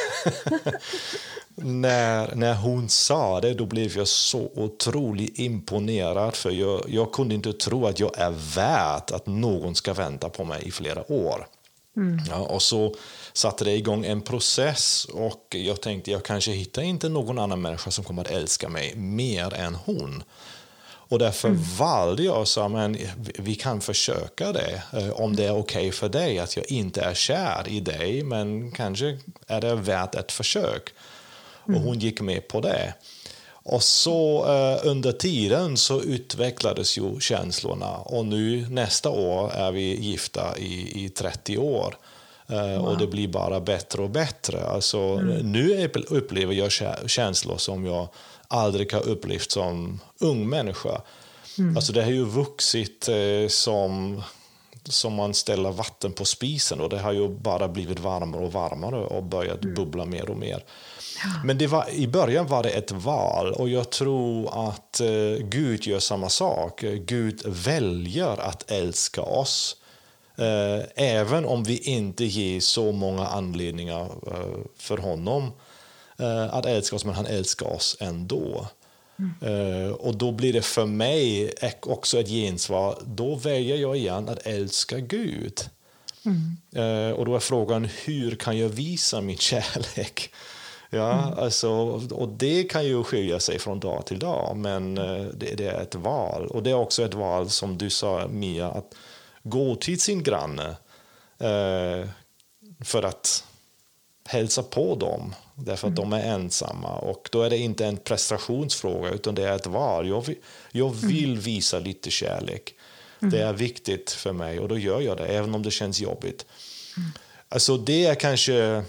när, när hon sa det, då blev jag så otroligt imponerad, för jag, jag kunde inte tro att jag är värd att någon ska vänta på mig i flera år. Mm. Ja, och så satte det igång en process, och jag tänkte jag kanske hittar inte någon annan människa som kommer att älska mig mer än hon. Och därför mm. valde jag så, men vi kan försöka det. Om det är okej okay för dig att jag inte är kär i dig, men kanske är det värt ett försök. Mm. Och hon gick med på det. Och så eh, under tiden så utvecklades ju känslorna, och nu nästa år är vi gifta i, i trettio år. Uh, wow. Och det blir bara bättre och bättre. Alltså, mm. Nu upplever jag känslor som jag aldrig har upplevt som ung människa. Mm. Alltså, det har ju vuxit eh, som, som man ställer vatten på spisen, och det har ju bara blivit varmare och varmare och börjat mm. bubbla mer och mer. Ja. Men det var, i början var det ett val, och jag tror att eh, Gud gör samma sak. Gud väljer att älska oss. Uh, även om vi inte ger så många anledningar uh, för honom uh, att älska oss, men han älskar oss ändå. Mm. Uh, och då blir det för mig också ett gensvar. Då väljer jag igen att älska Gud. Mm. Uh, och då är frågan, hur kan jag visa min kärlek? Ja, mm. alltså, och det kan ju skilja sig från dag till dag, men uh, det, det är ett val. Och det är också ett val, som du sa, Mia, att gå till sin granne eh, för att hälsa på dem, därför att mm. de är ensamma. Och då är det inte en prestationsfråga, utan det är ett val. Jag vill, jag vill visa lite kärlek. Mm. Det är viktigt för mig, och då gör jag det, även om det känns jobbigt. Mm. Alltså, det är kanske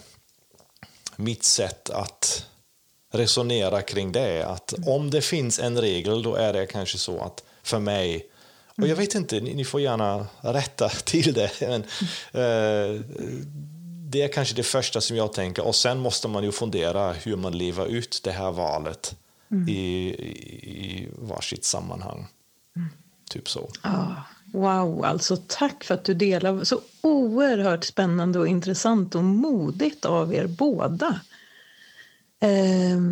mitt sätt att resonera kring det. Att mm. om det finns en regel, då är det kanske så att för mig, och jag vet inte, ni, ni får gärna rätta till det, men eh, det är kanske det första som jag tänker. Och sen måste man ju fundera hur man lever ut det här valet mm. i, i, i varsitt sammanhang. Mm. Typ så. Ah, wow, alltså tack för att du delar så oerhört spännande och intressant och modigt av er båda. Eh,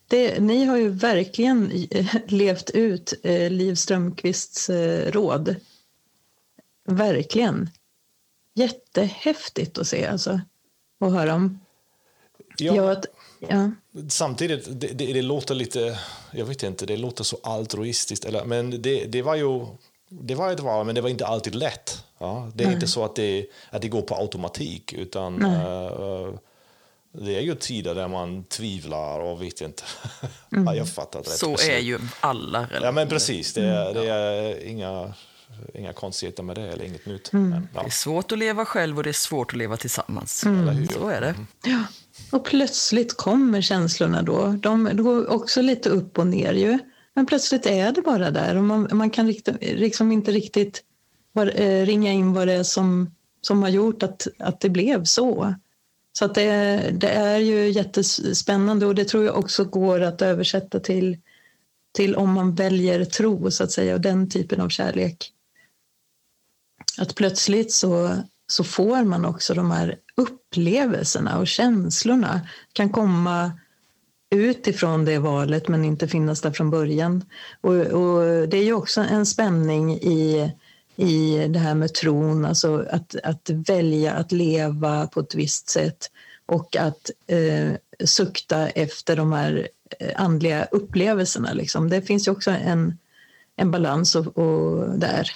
det, ni har ju verkligen levt ut eh, Liv Strömquists eh, råd. Verkligen. Jättehäftigt att se alltså. Och höra om. Ja. Jag, ja. Samtidigt, det, det, det låter lite, jag vet inte, det låter så altruistiskt. Eller, men det, det var ju, det var ett val, men det var inte alltid lätt. Ja? Det är Nej. inte så att det, att det går på automatik, utan uh, det är ju tider där man tvivlar och vet inte. Mm. Jag fattat rätt. Så precis. Är ju alla relationer. Ja, men precis. Det är, det är inga, inga konstigheter med det, eller inget nytt. Mm. Men, ja. Det är svårt att leva själv och det är svårt att leva tillsammans. Mm. Så är det. Mm. Ja. Och plötsligt kommer känslorna då. De går också lite upp och ner ju. Men plötsligt är det bara där. Och man, man kan rikt, liksom inte riktigt var, eh, ringa in vad det är som, som har gjort att, att det blev så. Så att det, det är ju jättespännande. Och det tror jag också går att översätta till, till om man väljer tro, så att säga. Och den typen av kärlek. Att plötsligt så, så får man också de här upplevelserna och känslorna kan komma utifrån det valet men inte finnas där från början. Och, och det är ju också en spänning i, i det här med tron, alltså att, att välja att leva på ett visst sätt och att eh, sukta efter de här andliga upplevelserna. Liksom. Det finns ju också en, en balans och, och där.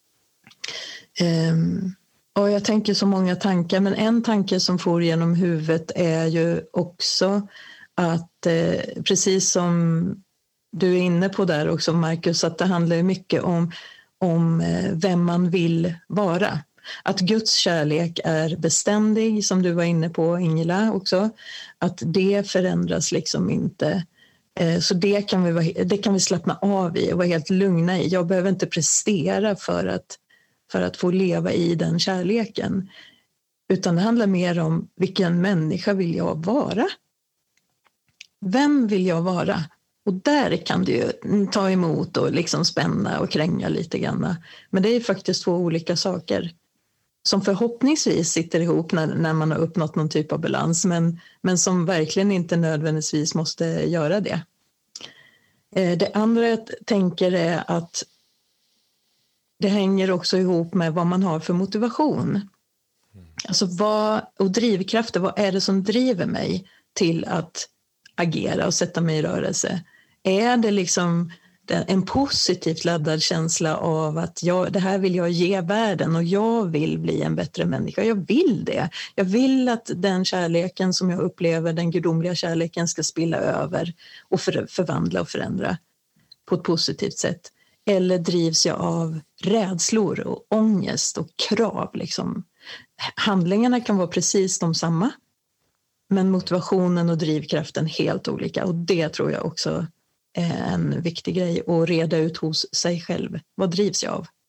Um, och jag tänker så många tankar, men en tanke som får genom huvudet är ju också att eh, precis som du är inne på där också, Marcus, att det handlar mycket om, om eh, vem man vill vara. Att Guds kärlek är beständig, som du var inne på, Ingela, också. Att det förändras liksom inte. Eh, så det kan, vi vara, det kan vi slappna av i och vara helt lugna i. Jag behöver inte prestera för att för att få leva i den kärleken. Utan det handlar mer om vilken människa vill jag vara? Vem vill jag vara? Och där kan du ju ta emot och liksom spänna och kränga lite grann. Men det är faktiskt två olika saker som förhoppningsvis sitter ihop när, när man har uppnått någon typ av balans, men, men som verkligen inte nödvändigtvis måste göra det. Det andra jag tänker är att det hänger också ihop med vad man har för motivation. Mm. Alltså vad, och drivkrafter, vad är det som driver mig till att agera och sätta mig i rörelse? Är det liksom en positivt laddad känsla av att jag, det här vill jag ge världen och jag vill bli en bättre människa. Jag vill det. Jag vill att den kärleken som jag upplever, den gudomliga kärleken, ska spilla över och för, förvandla och förändra på ett positivt sätt. Eller drivs jag av rädslor och ångest och krav? Liksom. Handlingarna kan vara precis de samma. Men motivationen och drivkraften helt olika. Och det tror jag också är en viktig grej. Att reda ut hos sig själv. Vad drivs jag av?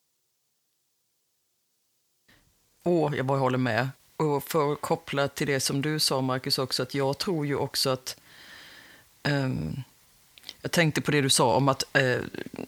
Åh, jag bara håller med. Och för att koppla till det som du sa, Marcus, också. Att jag tror ju också att... Um, jag tänkte på det du sa om att... Uh,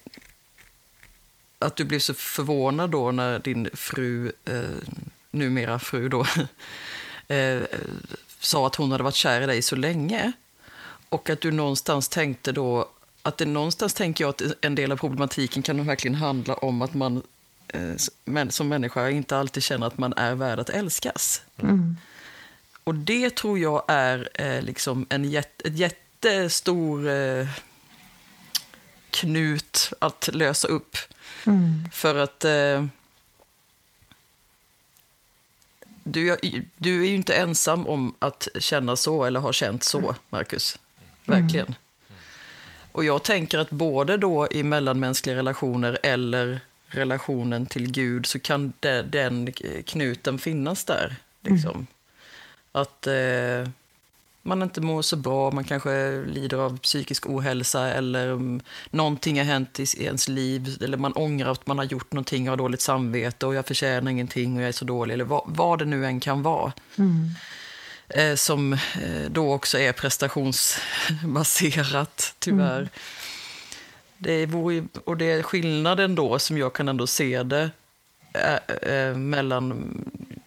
Att du blev så förvånad då när din fru, eh, numera fru då, eh, sa att hon hade varit kär i dig så länge. Och att du någonstans tänkte då, att det någonstans tänker jag att en del av problematiken kan verkligen handla om att man eh, som människa inte alltid känner att man är värd att älskas. Mm. Och det tror jag är eh, liksom en jätte, ett jättestor eh, knut att lösa upp. Mm. För att eh, du, du är ju inte ensam om att känna så eller ha känt så, Marcus. Verkligen. Mm. Och jag tänker att både då i mellanmänskliga relationer eller relationen till Gud så kan de, den knuten finnas där. Liksom. Mm. Att eh, man inte mår så bra, man kanske lider av psykisk ohälsa eller um, någonting har hänt i ens liv eller man ångrar att man har gjort någonting och har dåligt samvete och jag förtjänar ingenting och jag är så dålig eller vad, vad det nu än kan vara. Mm. Eh, som eh, då också är prestationsbaserat, tyvärr. Mm. Det är, och det är skillnaden då som jag kan ändå se det äh, äh, mellan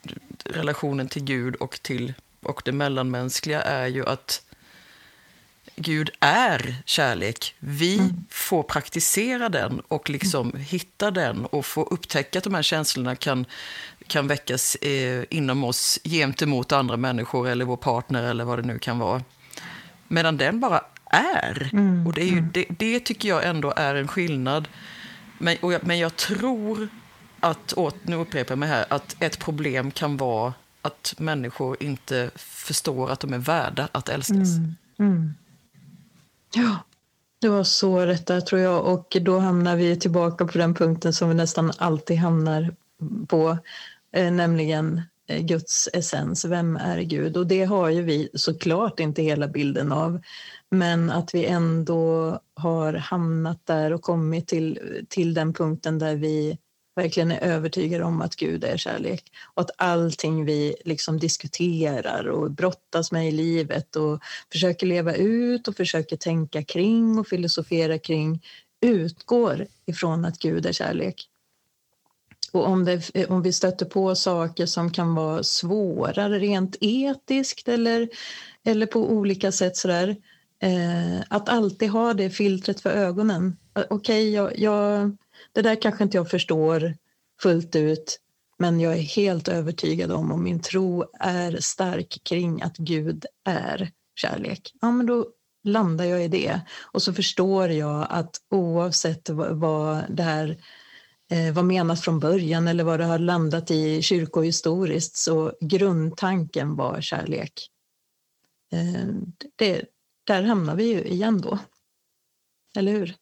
relationen till Gud och till och det mellanmänskliga är ju att Gud är kärlek. Vi mm. får praktisera den och liksom mm. hitta den och få upptäcka att de här känslorna kan, kan väckas eh, inom oss gentemot andra människor eller vår partner eller vad det nu kan vara. Medan den bara är. Mm. Och det, är ju, det, det tycker jag ändå är en skillnad. Men, och jag, men jag tror att, åt, nu upprepar jag mig här, att ett problem kan vara att människor inte förstår att de är värda att älskas. Mm. Mm. Ja, det var så rätt där tror jag. Och då hamnar vi tillbaka på den punkten som vi nästan alltid hamnar på. Eh, nämligen eh, Guds essens. Vem är Gud? Och det har ju vi såklart inte hela bilden av. Men att vi ändå har hamnat där och kommit till, till den punkten där vi verkligen är övertygade om att Gud är kärlek. Och att allting vi liksom diskuterar och brottas med i livet och försöker leva ut och försöker tänka kring och filosofera kring utgår ifrån att Gud är kärlek. Och om, det, om vi stöter på saker som kan vara svårare rent etiskt eller, eller på olika sätt sådär, eh, att alltid ha det filtret för ögonen. Okej, okay, jag... jag det där kanske inte jag förstår fullt ut, men jag är helt övertygad om och min tro är stark kring att Gud är kärlek. Ja, men då landar jag i det. Och så förstår jag att oavsett vad det här eh, var menat från början eller vad det har landat i kyrkohistoriskt, så grundtanken var kärlek. Eh, det, där hamnar vi ju igen då. Eller hur?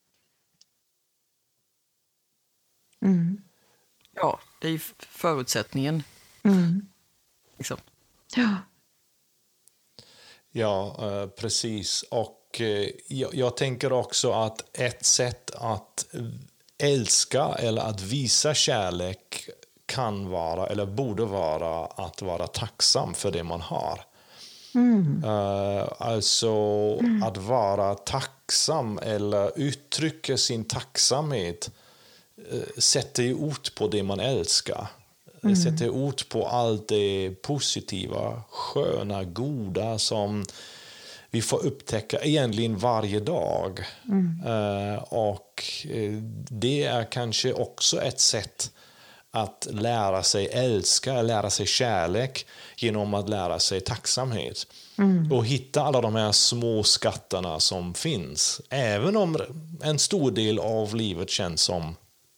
Mm. Ja, det är ju förutsättningen. Mm. Liksom. Ja. Ja, eh, precis. Och eh, jag, jag tänker också att ett sätt att älska eller att visa kärlek kan vara eller borde vara att vara tacksam för det man har. Mm. Uh, alltså mm. att vara tacksam eller uttrycka sin tacksamhet sätter ju ord på det man älskar. Mm. Sätter ord på allt det positiva, sköna, goda som vi får upptäcka egentligen varje dag. Mm. Uh, och det är kanske också ett sätt att lära sig älska, lära sig kärlek genom att lära sig tacksamhet. Mm. Och hitta alla de här små skatterna som finns. Även om en stor del av livet känns som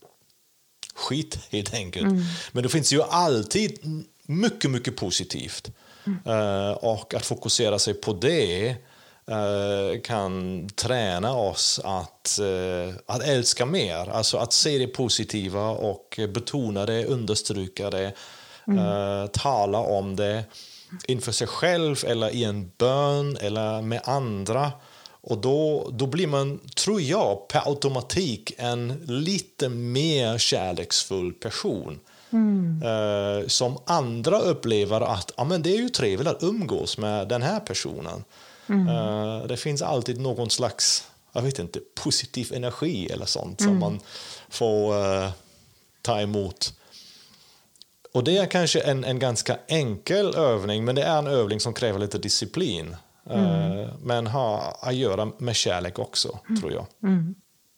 skit helt enkelt. Mm. Men det finns ju alltid mycket, mycket positivt. Mm. Uh, och att fokusera sig på det uh, kan träna oss att, uh, att älska mer. Alltså att se det positiva och betona det, understryka det, mm. uh, tala om det inför sig själv eller i en bön eller med andra. Och då, då blir man, tror jag, per automatik en lite mer kärleksfull person. Mm. Uh, som andra upplever att ah, men det är ju trevligt att umgås med den här personen. Mm. Uh, det finns alltid någon slags, jag vet inte, positiv energi eller sånt mm. som man får uh, ta emot. Och det är kanske en, en ganska enkel övning, men det är en övning som kräver lite disciplin. Mm. Men har att göra med kärlek också, mm. tror jag. Mm.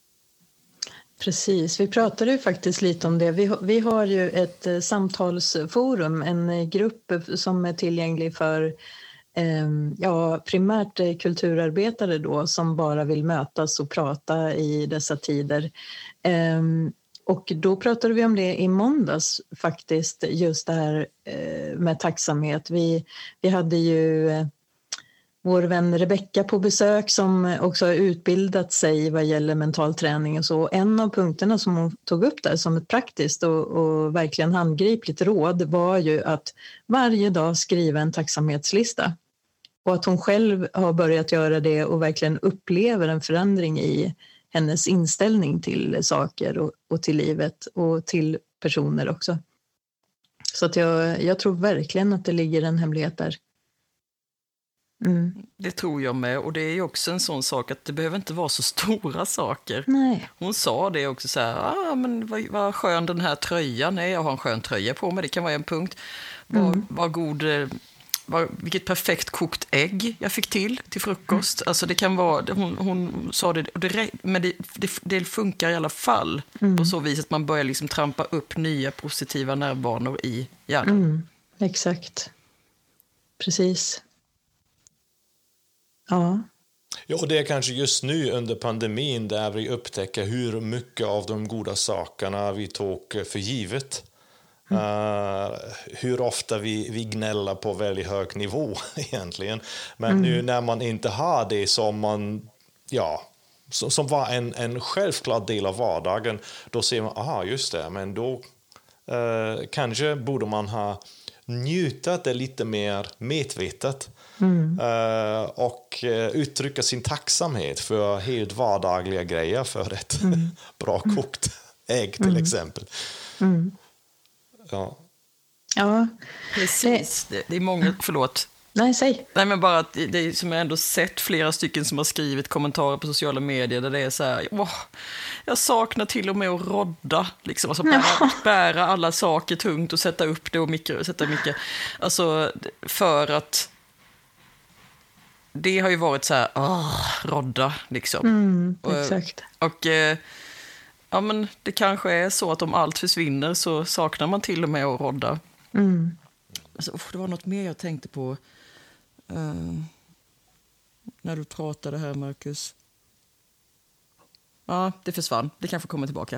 Precis, vi pratade ju faktiskt lite om det. Vi, vi har ju ett eh, samtalsforum, en grupp som är tillgänglig för eh, ja, primärt eh, kulturarbetare då, som bara vill mötas och prata i dessa tider. Eh, och då pratade vi om det i måndags faktiskt, just det här eh, med tacksamhet. Vi, vi hade ju... Eh, vår vän Rebecka på besök som också har utbildat sig vad gäller mental träning och så. En av punkterna som hon tog upp där som ett praktiskt och, och verkligen handgripligt råd var ju att varje dag skriva en tacksamhetslista. Och att hon själv har börjat göra det och verkligen upplever en förändring i hennes inställning till saker och, och till livet och till personer också. Så att jag, jag tror verkligen att det ligger en hemlighet där. Mm. Det tror jag med, och det är ju också en sån sak att det behöver inte vara så stora saker. Nej. Hon sa det också så här, ah, men vad, vad skön den här tröjan är, jag har en skön tröja på mig, det kan vara en punkt. Vad, mm. vad god vad, vilket perfekt kokt ägg jag fick till till frukost. Mm. Alltså det kan vara, hon, hon sa det, och det men det, det, det funkar i alla fall mm. på så vis att man börjar liksom trampa upp nya positiva nervbanor i hjärnan. Mm. Exakt. Precis. Ja. Ja, och det är kanske just nu under pandemin där vi upptäcker hur mycket av de goda sakerna vi tog för givet. Mm. Uh, hur ofta vi, vi gnäller på väldigt hög nivå egentligen. Men mm. nu när man inte har det som man, ja, som, som var en, en självklar del av vardagen, då ser man, aha, just det, men då uh, kanske borde man ha njutit det lite mer medvetet. Mm. Uh, och uh, uttrycka sin tacksamhet för helt vardagliga grejer, för ett mm. bra kokt ägg till mm. exempel. Mm. Ja. Ja, precis. Det, det är många, förlåt. Nej, säg. Nej, men bara att det, det är som jag ändå sett flera stycken som har skrivit kommentarer på sociala medier där det är så här, åh, jag saknar till och med att rodda, liksom, alltså bära, ja. bära alla saker tungt och sätta upp det och mikro, sätta mycket, alltså för att det har ju varit så här, åh, rodda, liksom. Mm, exakt. Och, och ja, men det kanske är så att om allt försvinner så saknar man till och med att rodda. Mm. Alltså, oh, det var något mer jag tänkte på uh, när du pratade här, Marcus. Ja, det försvann. Det kanske kommer tillbaka.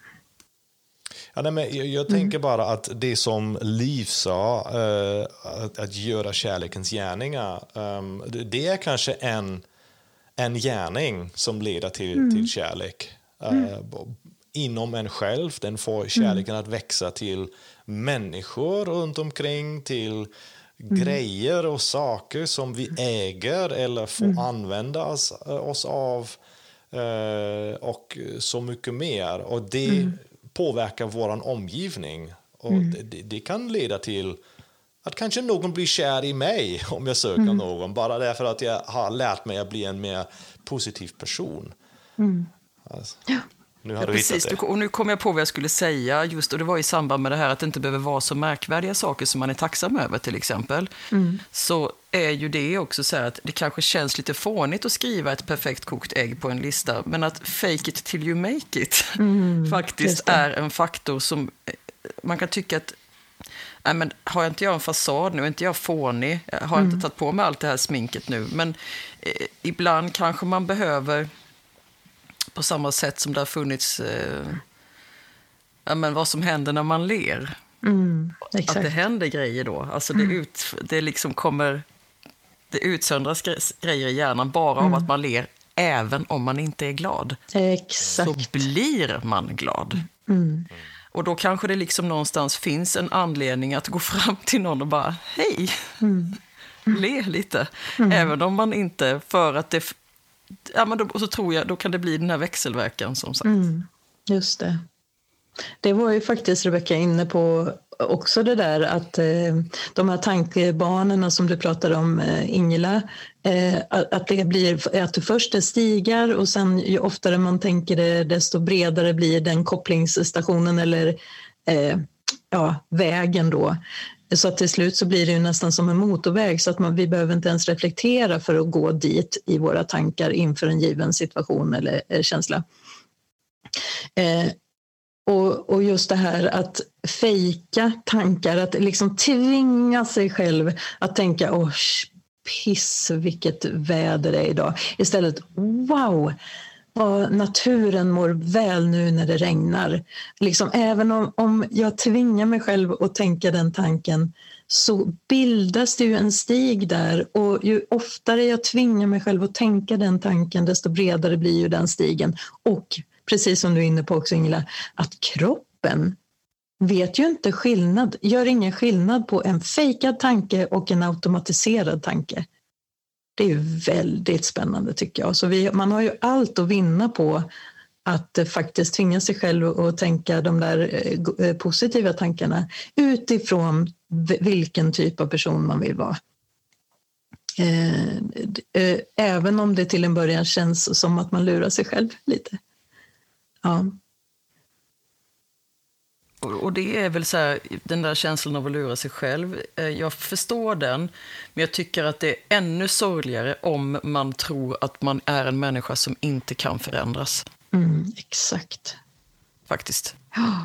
Ja, nej, men jag, jag mm. tänker bara att det som Liv sa, uh, att, att göra kärlekens gärningar, um, det är kanske en, en gärning som leder till, mm. till kärlek. Mm. Uh, inom en själv, den får kärleken mm. att växa till människor runt omkring, till mm. grejer och saker som vi äger eller får mm. använda oss, oss av uh, och så mycket mer, och det mm. påverkar våran omgivning, och mm. det, det kan leda till att kanske någon blir kär i mig om jag söker mm. någon, bara därför att jag har lärt mig att bli en mer positiv person. Mm. Alltså, ja. Nu har ja, du precis. hittat det. Och nu kom jag på vad jag skulle säga just, och det var i samband med det här att det inte behöver vara så märkvärdiga saker som man är tacksam över, till exempel. Mm. Så är ju det också så här att det kanske känns lite fånigt att skriva ett perfekt kokt ägg på en lista, men att fake it till you make it mm, faktiskt är en faktor som man kan tycka att nej, men har jag inte jag en fasad nu, är inte jag fånig, har jag mm. inte tagit på mig allt det här sminket nu, men eh, ibland kanske man behöver, på samma sätt som det har funnits eh, ja, men vad som händer när man ler. Mm, att det händer grejer då. Alltså det, ut, det liksom kommer, det utsöndras grejer i hjärnan bara mm. av att man ler, även om man inte är glad. Exakt. Så blir man glad. Mm. Och då kanske det liksom någonstans finns en anledning att gå fram till någon och bara, hej, mm. le lite. Mm. Även om man inte, för att det, ja, men då, och så tror jag, då kan det bli den här växelverkan som sagt. Mm. Just det. Det var ju faktiskt Rebecka inne på också, det där att eh, de här tankebanorna som du pratade om, eh, Ingela, eh, att det blir att det först är stigar och sen ju oftare man tänker det, desto bredare blir den kopplingsstationen eller eh, ja, vägen då. Så att till slut så blir det ju nästan som en motorväg, så att man, vi behöver inte ens reflektera för att gå dit i våra tankar inför en given situation eller eh, känsla. Eh, Och, och just det här att fejka tankar, att liksom tvinga sig själv att tänka, åh piss vilket väder det är idag. Istället, wow, vad naturen mår väl nu när det regnar. Liksom, även om, om jag tvingar mig själv att tänka den tanken, så bildas det ju en stig där, och ju oftare jag tvingar mig själv att tänka den tanken, desto bredare blir ju den stigen. Och precis som du är inne på också, Ingela, att kroppen vet ju inte skillnad, gör ingen skillnad på en fejkad tanke och en automatiserad tanke. Det är ju väldigt spännande tycker jag. Så vi, man har ju allt att vinna på att faktiskt tvinga sig själv att tänka de där positiva tankarna utifrån vilken typ av person man vill vara. Även om det till en början känns som att man lurar sig själv lite. Ja. Och det är väl så här, den där känslan av att lura sig själv. Jag förstår den, men jag tycker att det är ännu sorgligare om man tror att man är en människa som inte kan förändras. Mm, exakt. Faktiskt. Ja.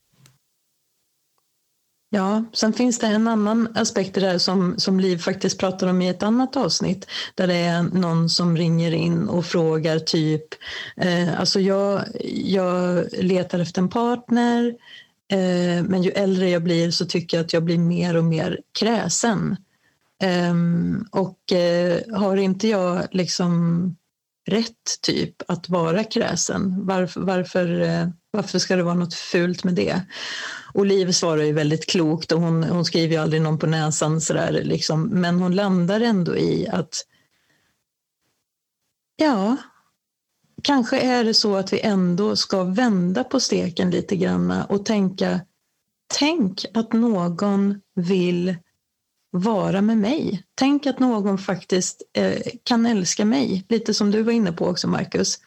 Ja, sen finns det en annan aspekt där som, som Liv faktiskt pratar om i ett annat avsnitt. Där det är någon som ringer in och frågar typ, eh, alltså jag, jag letar efter en partner, eh, men ju äldre jag blir så tycker jag att jag blir mer och mer kräsen. Eh, och eh, har inte jag liksom rätt typ att vara kräsen? Varför, varför, eh, varför ska det vara något fult med det? Och Liv svarar ju väldigt klokt och hon, hon skriver ju aldrig någon på näsan sådär liksom. Men hon landar ändå i att ja, kanske är det så att vi ändå ska vända på steken lite grann och tänka, tänk att någon vill vara med mig. Tänk att någon faktiskt eh, kan älska mig, lite som du var inne på också, Marcus.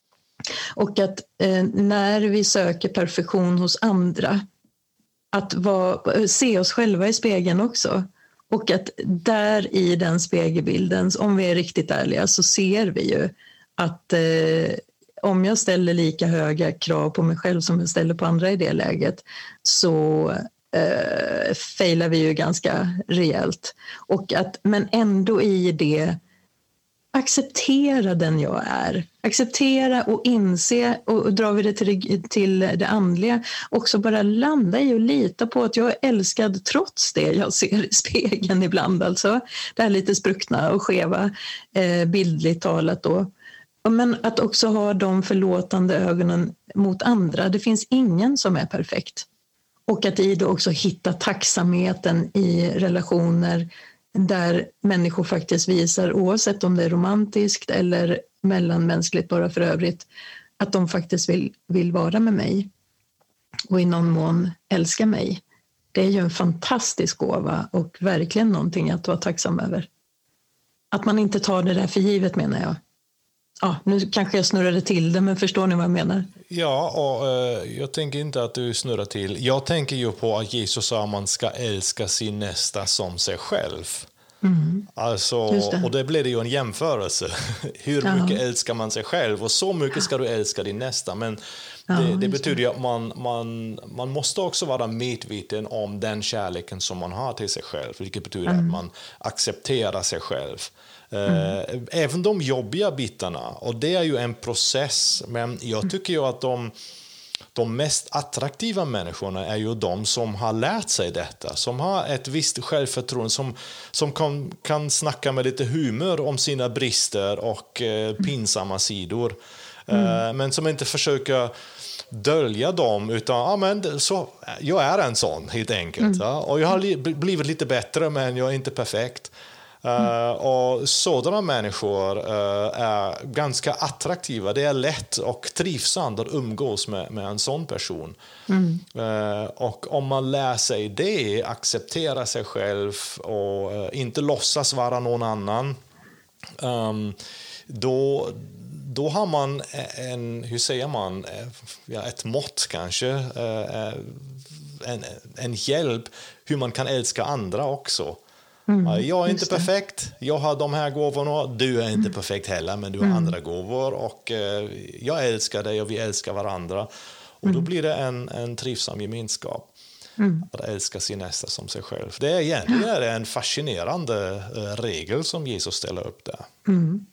Och att eh, när vi söker perfektion hos andra, att vara, se oss själva i spegeln också. Och att där i den spegelbilden, om vi är riktigt ärliga, så ser vi ju att eh, om jag ställer lika höga krav på mig själv som jag ställer på andra i det läget, så eh, failar vi ju ganska rejält. Och att, men ändå i det acceptera den jag är. Acceptera och inse, och drar vi det till det, till det andliga, också bara landa i och lita på att jag är älskad trots det jag ser i spegeln ibland. Alltså, det här lite spruckna och skeva, eh, bildligt talat då. Men att också ha de förlåtande ögonen mot andra. Det finns ingen som är perfekt. Och att i det också hitta tacksamheten i relationer där människor faktiskt visar, oavsett om det är romantiskt eller mellanmänskligt bara för övrigt, att de faktiskt vill, vill vara med mig och i någon mån älska mig. Det är ju en fantastisk gåva och verkligen någonting att vara tacksam över. Att man inte tar det där för givet, menar jag. Ja, nu kanske jag snurrade till det, men förstår ni vad jag menar? Ja, och uh, jag tänker inte att du snurrar till. Jag tänker ju på att Jesus sa att man ska älska sin nästa som sig själv. Mm. Alltså, det. Och det blir det ju en jämförelse. Hur ja. mycket älskar man sig själv? Och så mycket ska du älska din nästa. Men ja, det, det betyder ju att man, man, man måste också vara medveten om den kärleken som man har till sig själv. Vilket betyder mm. att man accepterar sig själv. Mm. Även de jobbiga bitarna. Och det är ju en process. Men jag tycker ju att de, de mest attraktiva människorna är ju de som har lärt sig detta. Som har ett visst självförtroende. Som, som kan, kan snacka med lite humor om sina brister och eh, pinsamma sidor. Mm. Eh, men som inte försöker dölja dem, utan ah, men, så, jag är en sån helt enkelt. Mm. Ja? Och jag har li- blivit lite bättre, men jag är inte perfekt. Uh, och sådana människor uh, är ganska attraktiva. Det är lätt och trivsamt att umgås med, med en sån person. Mm. Uh, och om man lär sig det, acceptera sig själv och uh, inte låtsas vara någon annan, um, då, då har man en, hur säger man, ja, ett mått kanske, uh, en, en hjälp hur man kan älska andra också. Mm, jag är inte perfekt, jag har de här gåvorna, du är inte mm. perfekt heller, men du har mm. andra gåvor och eh, jag älskar dig och vi älskar varandra och mm. då blir det en, en trivsam gemenskap mm. att älska sin nästa som sig själv. Det är egentligen ja. en fascinerande eh, regel som Jesus ställer upp där. Mm.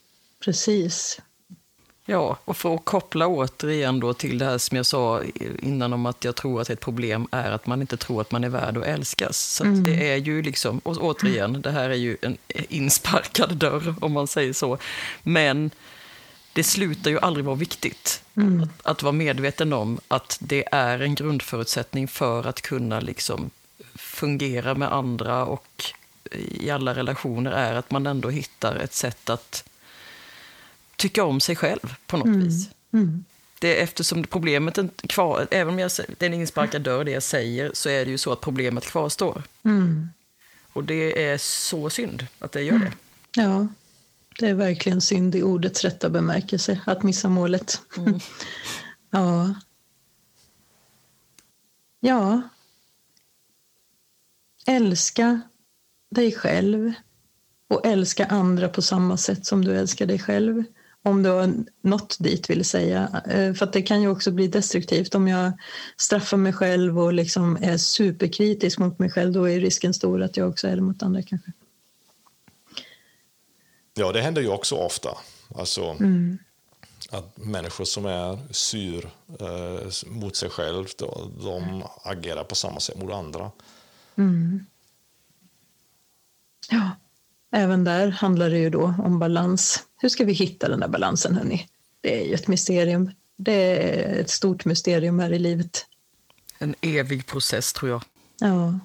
Precis. Ja, och för att koppla återigen då till det här som jag sa innan om att jag tror att ett problem är att man inte tror att man är värd att älskas. Så mm. att det är ju liksom, och återigen, det här är ju en insparkad dörr om man säger så. Men det slutar ju aldrig vara viktigt mm. att, att vara medveten om att det är en grundförutsättning för att kunna liksom fungera med andra och i alla relationer är att man ändå hittar ett sätt att tycka om sig själv på något mm. vis. Mm. Det är eftersom problemet inte kvar, även om jag, det är en insparkad dörr det jag säger, så är det ju så att problemet kvarstår. Mm. Och det är så synd att det gör det. Ja, det är verkligen synd i ordets rätta bemärkelse att missa målet. Mm. Ja. Ja. Älska dig själv och älska andra på samma sätt som du älskar dig själv. Om du har nått dit, vill säga. För att det kan ju också bli destruktivt. Om jag straffar mig själv och liksom är superkritisk mot mig själv, då är risken stor att jag också är det mot andra kanske. Ja, det händer ju också ofta. Alltså Mm. att människor som är sur eh, mot sig själv, då, de agerar på samma sätt mot andra. Mm. Ja, även där handlar det ju då om balans. Hur ska vi hitta den där balansen, hörni? Det är ju ett mysterium. Det är ett stort mysterium här i livet. En evig process, tror jag. Ja.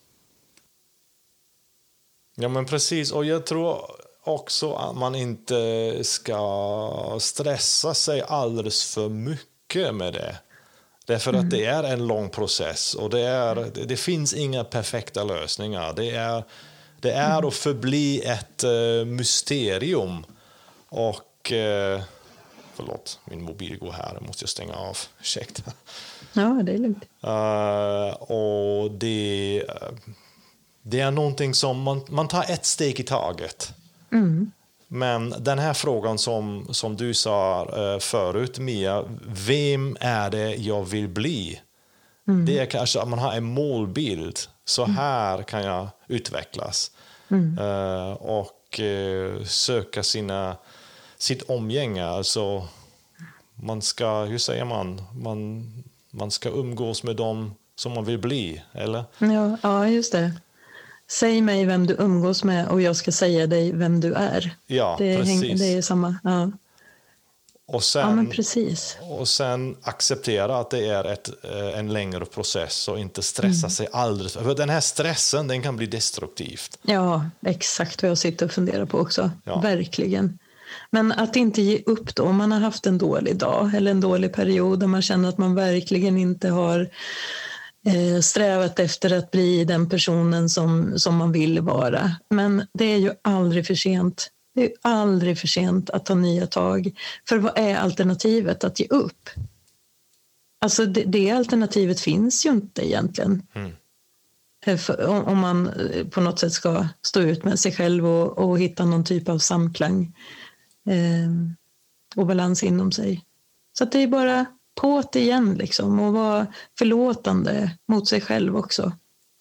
Ja, men precis. Och jag tror också att man inte ska stressa sig alldeles för mycket med det. Därför mm. att det är en lång process och det, är, det, det finns inga perfekta lösningar. Det är, det är mm. att förbli ett uh, mysterium. Och uh, förlåt, min mobil går här, jag måste stänga av. Ursäkta. Ja, det är lugnt. Uh, och det, uh, det är någonting som man, man tar ett steg i taget. Mm. Men den här frågan som, som du sa uh, förut, Mia, vem är det jag vill bli? Mm. Det är kanske att man har en målbild. Så här kan jag utvecklas. Mm. Uh, och uh, söka sina, sitt omgänge. Alltså, man ska, hur säger man? Man, man ska umgås med dem som man vill bli, eller? Ja, ja, just det. Säg mig vem du umgås med och jag ska säga dig vem du är. Ja, det precis. Häng, det är samma, ja. Och sen, ja, men precis. Och sen acceptera att det är ett, en längre process och inte stressa mm. sig alldeles. För den här stressen, den kan bli destruktivt. Ja, exakt vad jag sitter och funderar på också. Ja. Verkligen. Men att inte ge upp då, om man har haft en dålig dag eller en dålig period där man känner att man verkligen inte har eh, strävat efter att bli den personen som, som man vill vara. Men det är ju aldrig för sent. Det är aldrig för sent att ta nya tag. För vad är alternativet? Att ge upp? Alltså det, det alternativet finns ju inte egentligen. Mm. För, om man på något sätt ska stå ut med sig själv och, och hitta någon typ av samklang eh, och balans inom sig. Så att det är bara på det igen liksom, och vara förlåtande mot sig själv också.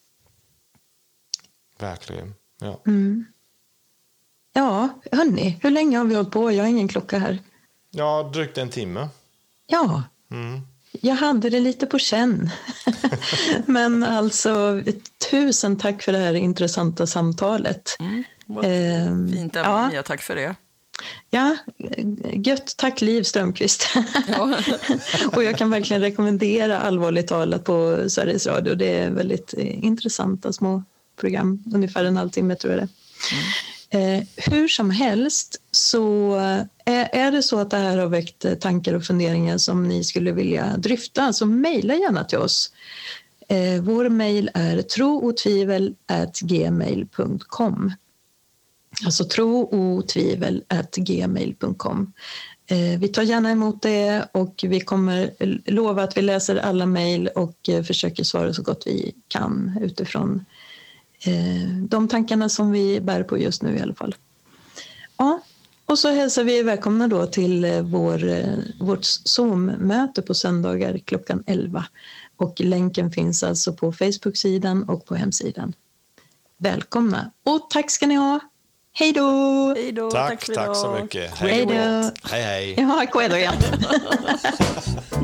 Verkligen, ja. Mm. Ja, hörni, hur länge har vi hållit på? Jag har ingen klocka här. Ja, drygt en timme. Ja, mm. Jag hade det lite på känn. Men alltså, tusen tack för det här intressanta samtalet. Mm. Eh, Fint ämne, ja. Tack för det. Ja, gött, tack Liv Strömqvist. Ja. Och jag kan verkligen rekommendera Allvarligt talat på Sveriges Radio. Det är väldigt intressanta små program, ungefär en halvtimme tror jag det. Mm. Eh, hur som helst så är, är det så att det här har väckt tankar och funderingar som ni skulle vilja dryfta, så mejla gärna till oss. Eh, vår mejl är trootvivel at gmail punkt com. Alltså trootvivel at gmail punkt com. Eh, vi tar gärna emot det och vi kommer lova att vi läser alla mejl och eh, försöker svara så gott vi kan utifrån de tankarna som vi bär på just nu i alla fall. Ja, och så hälsar vi välkomna då till vår, vårt Zoom-möte på söndagar klockan elva. Och länken finns alltså på Facebook-sidan och på hemsidan. Välkomna och tack ska ni ha. Hej då! Hej då! Tack, tack, tack så mycket. Hej då! Hej, hej. Ja, kvedo igen.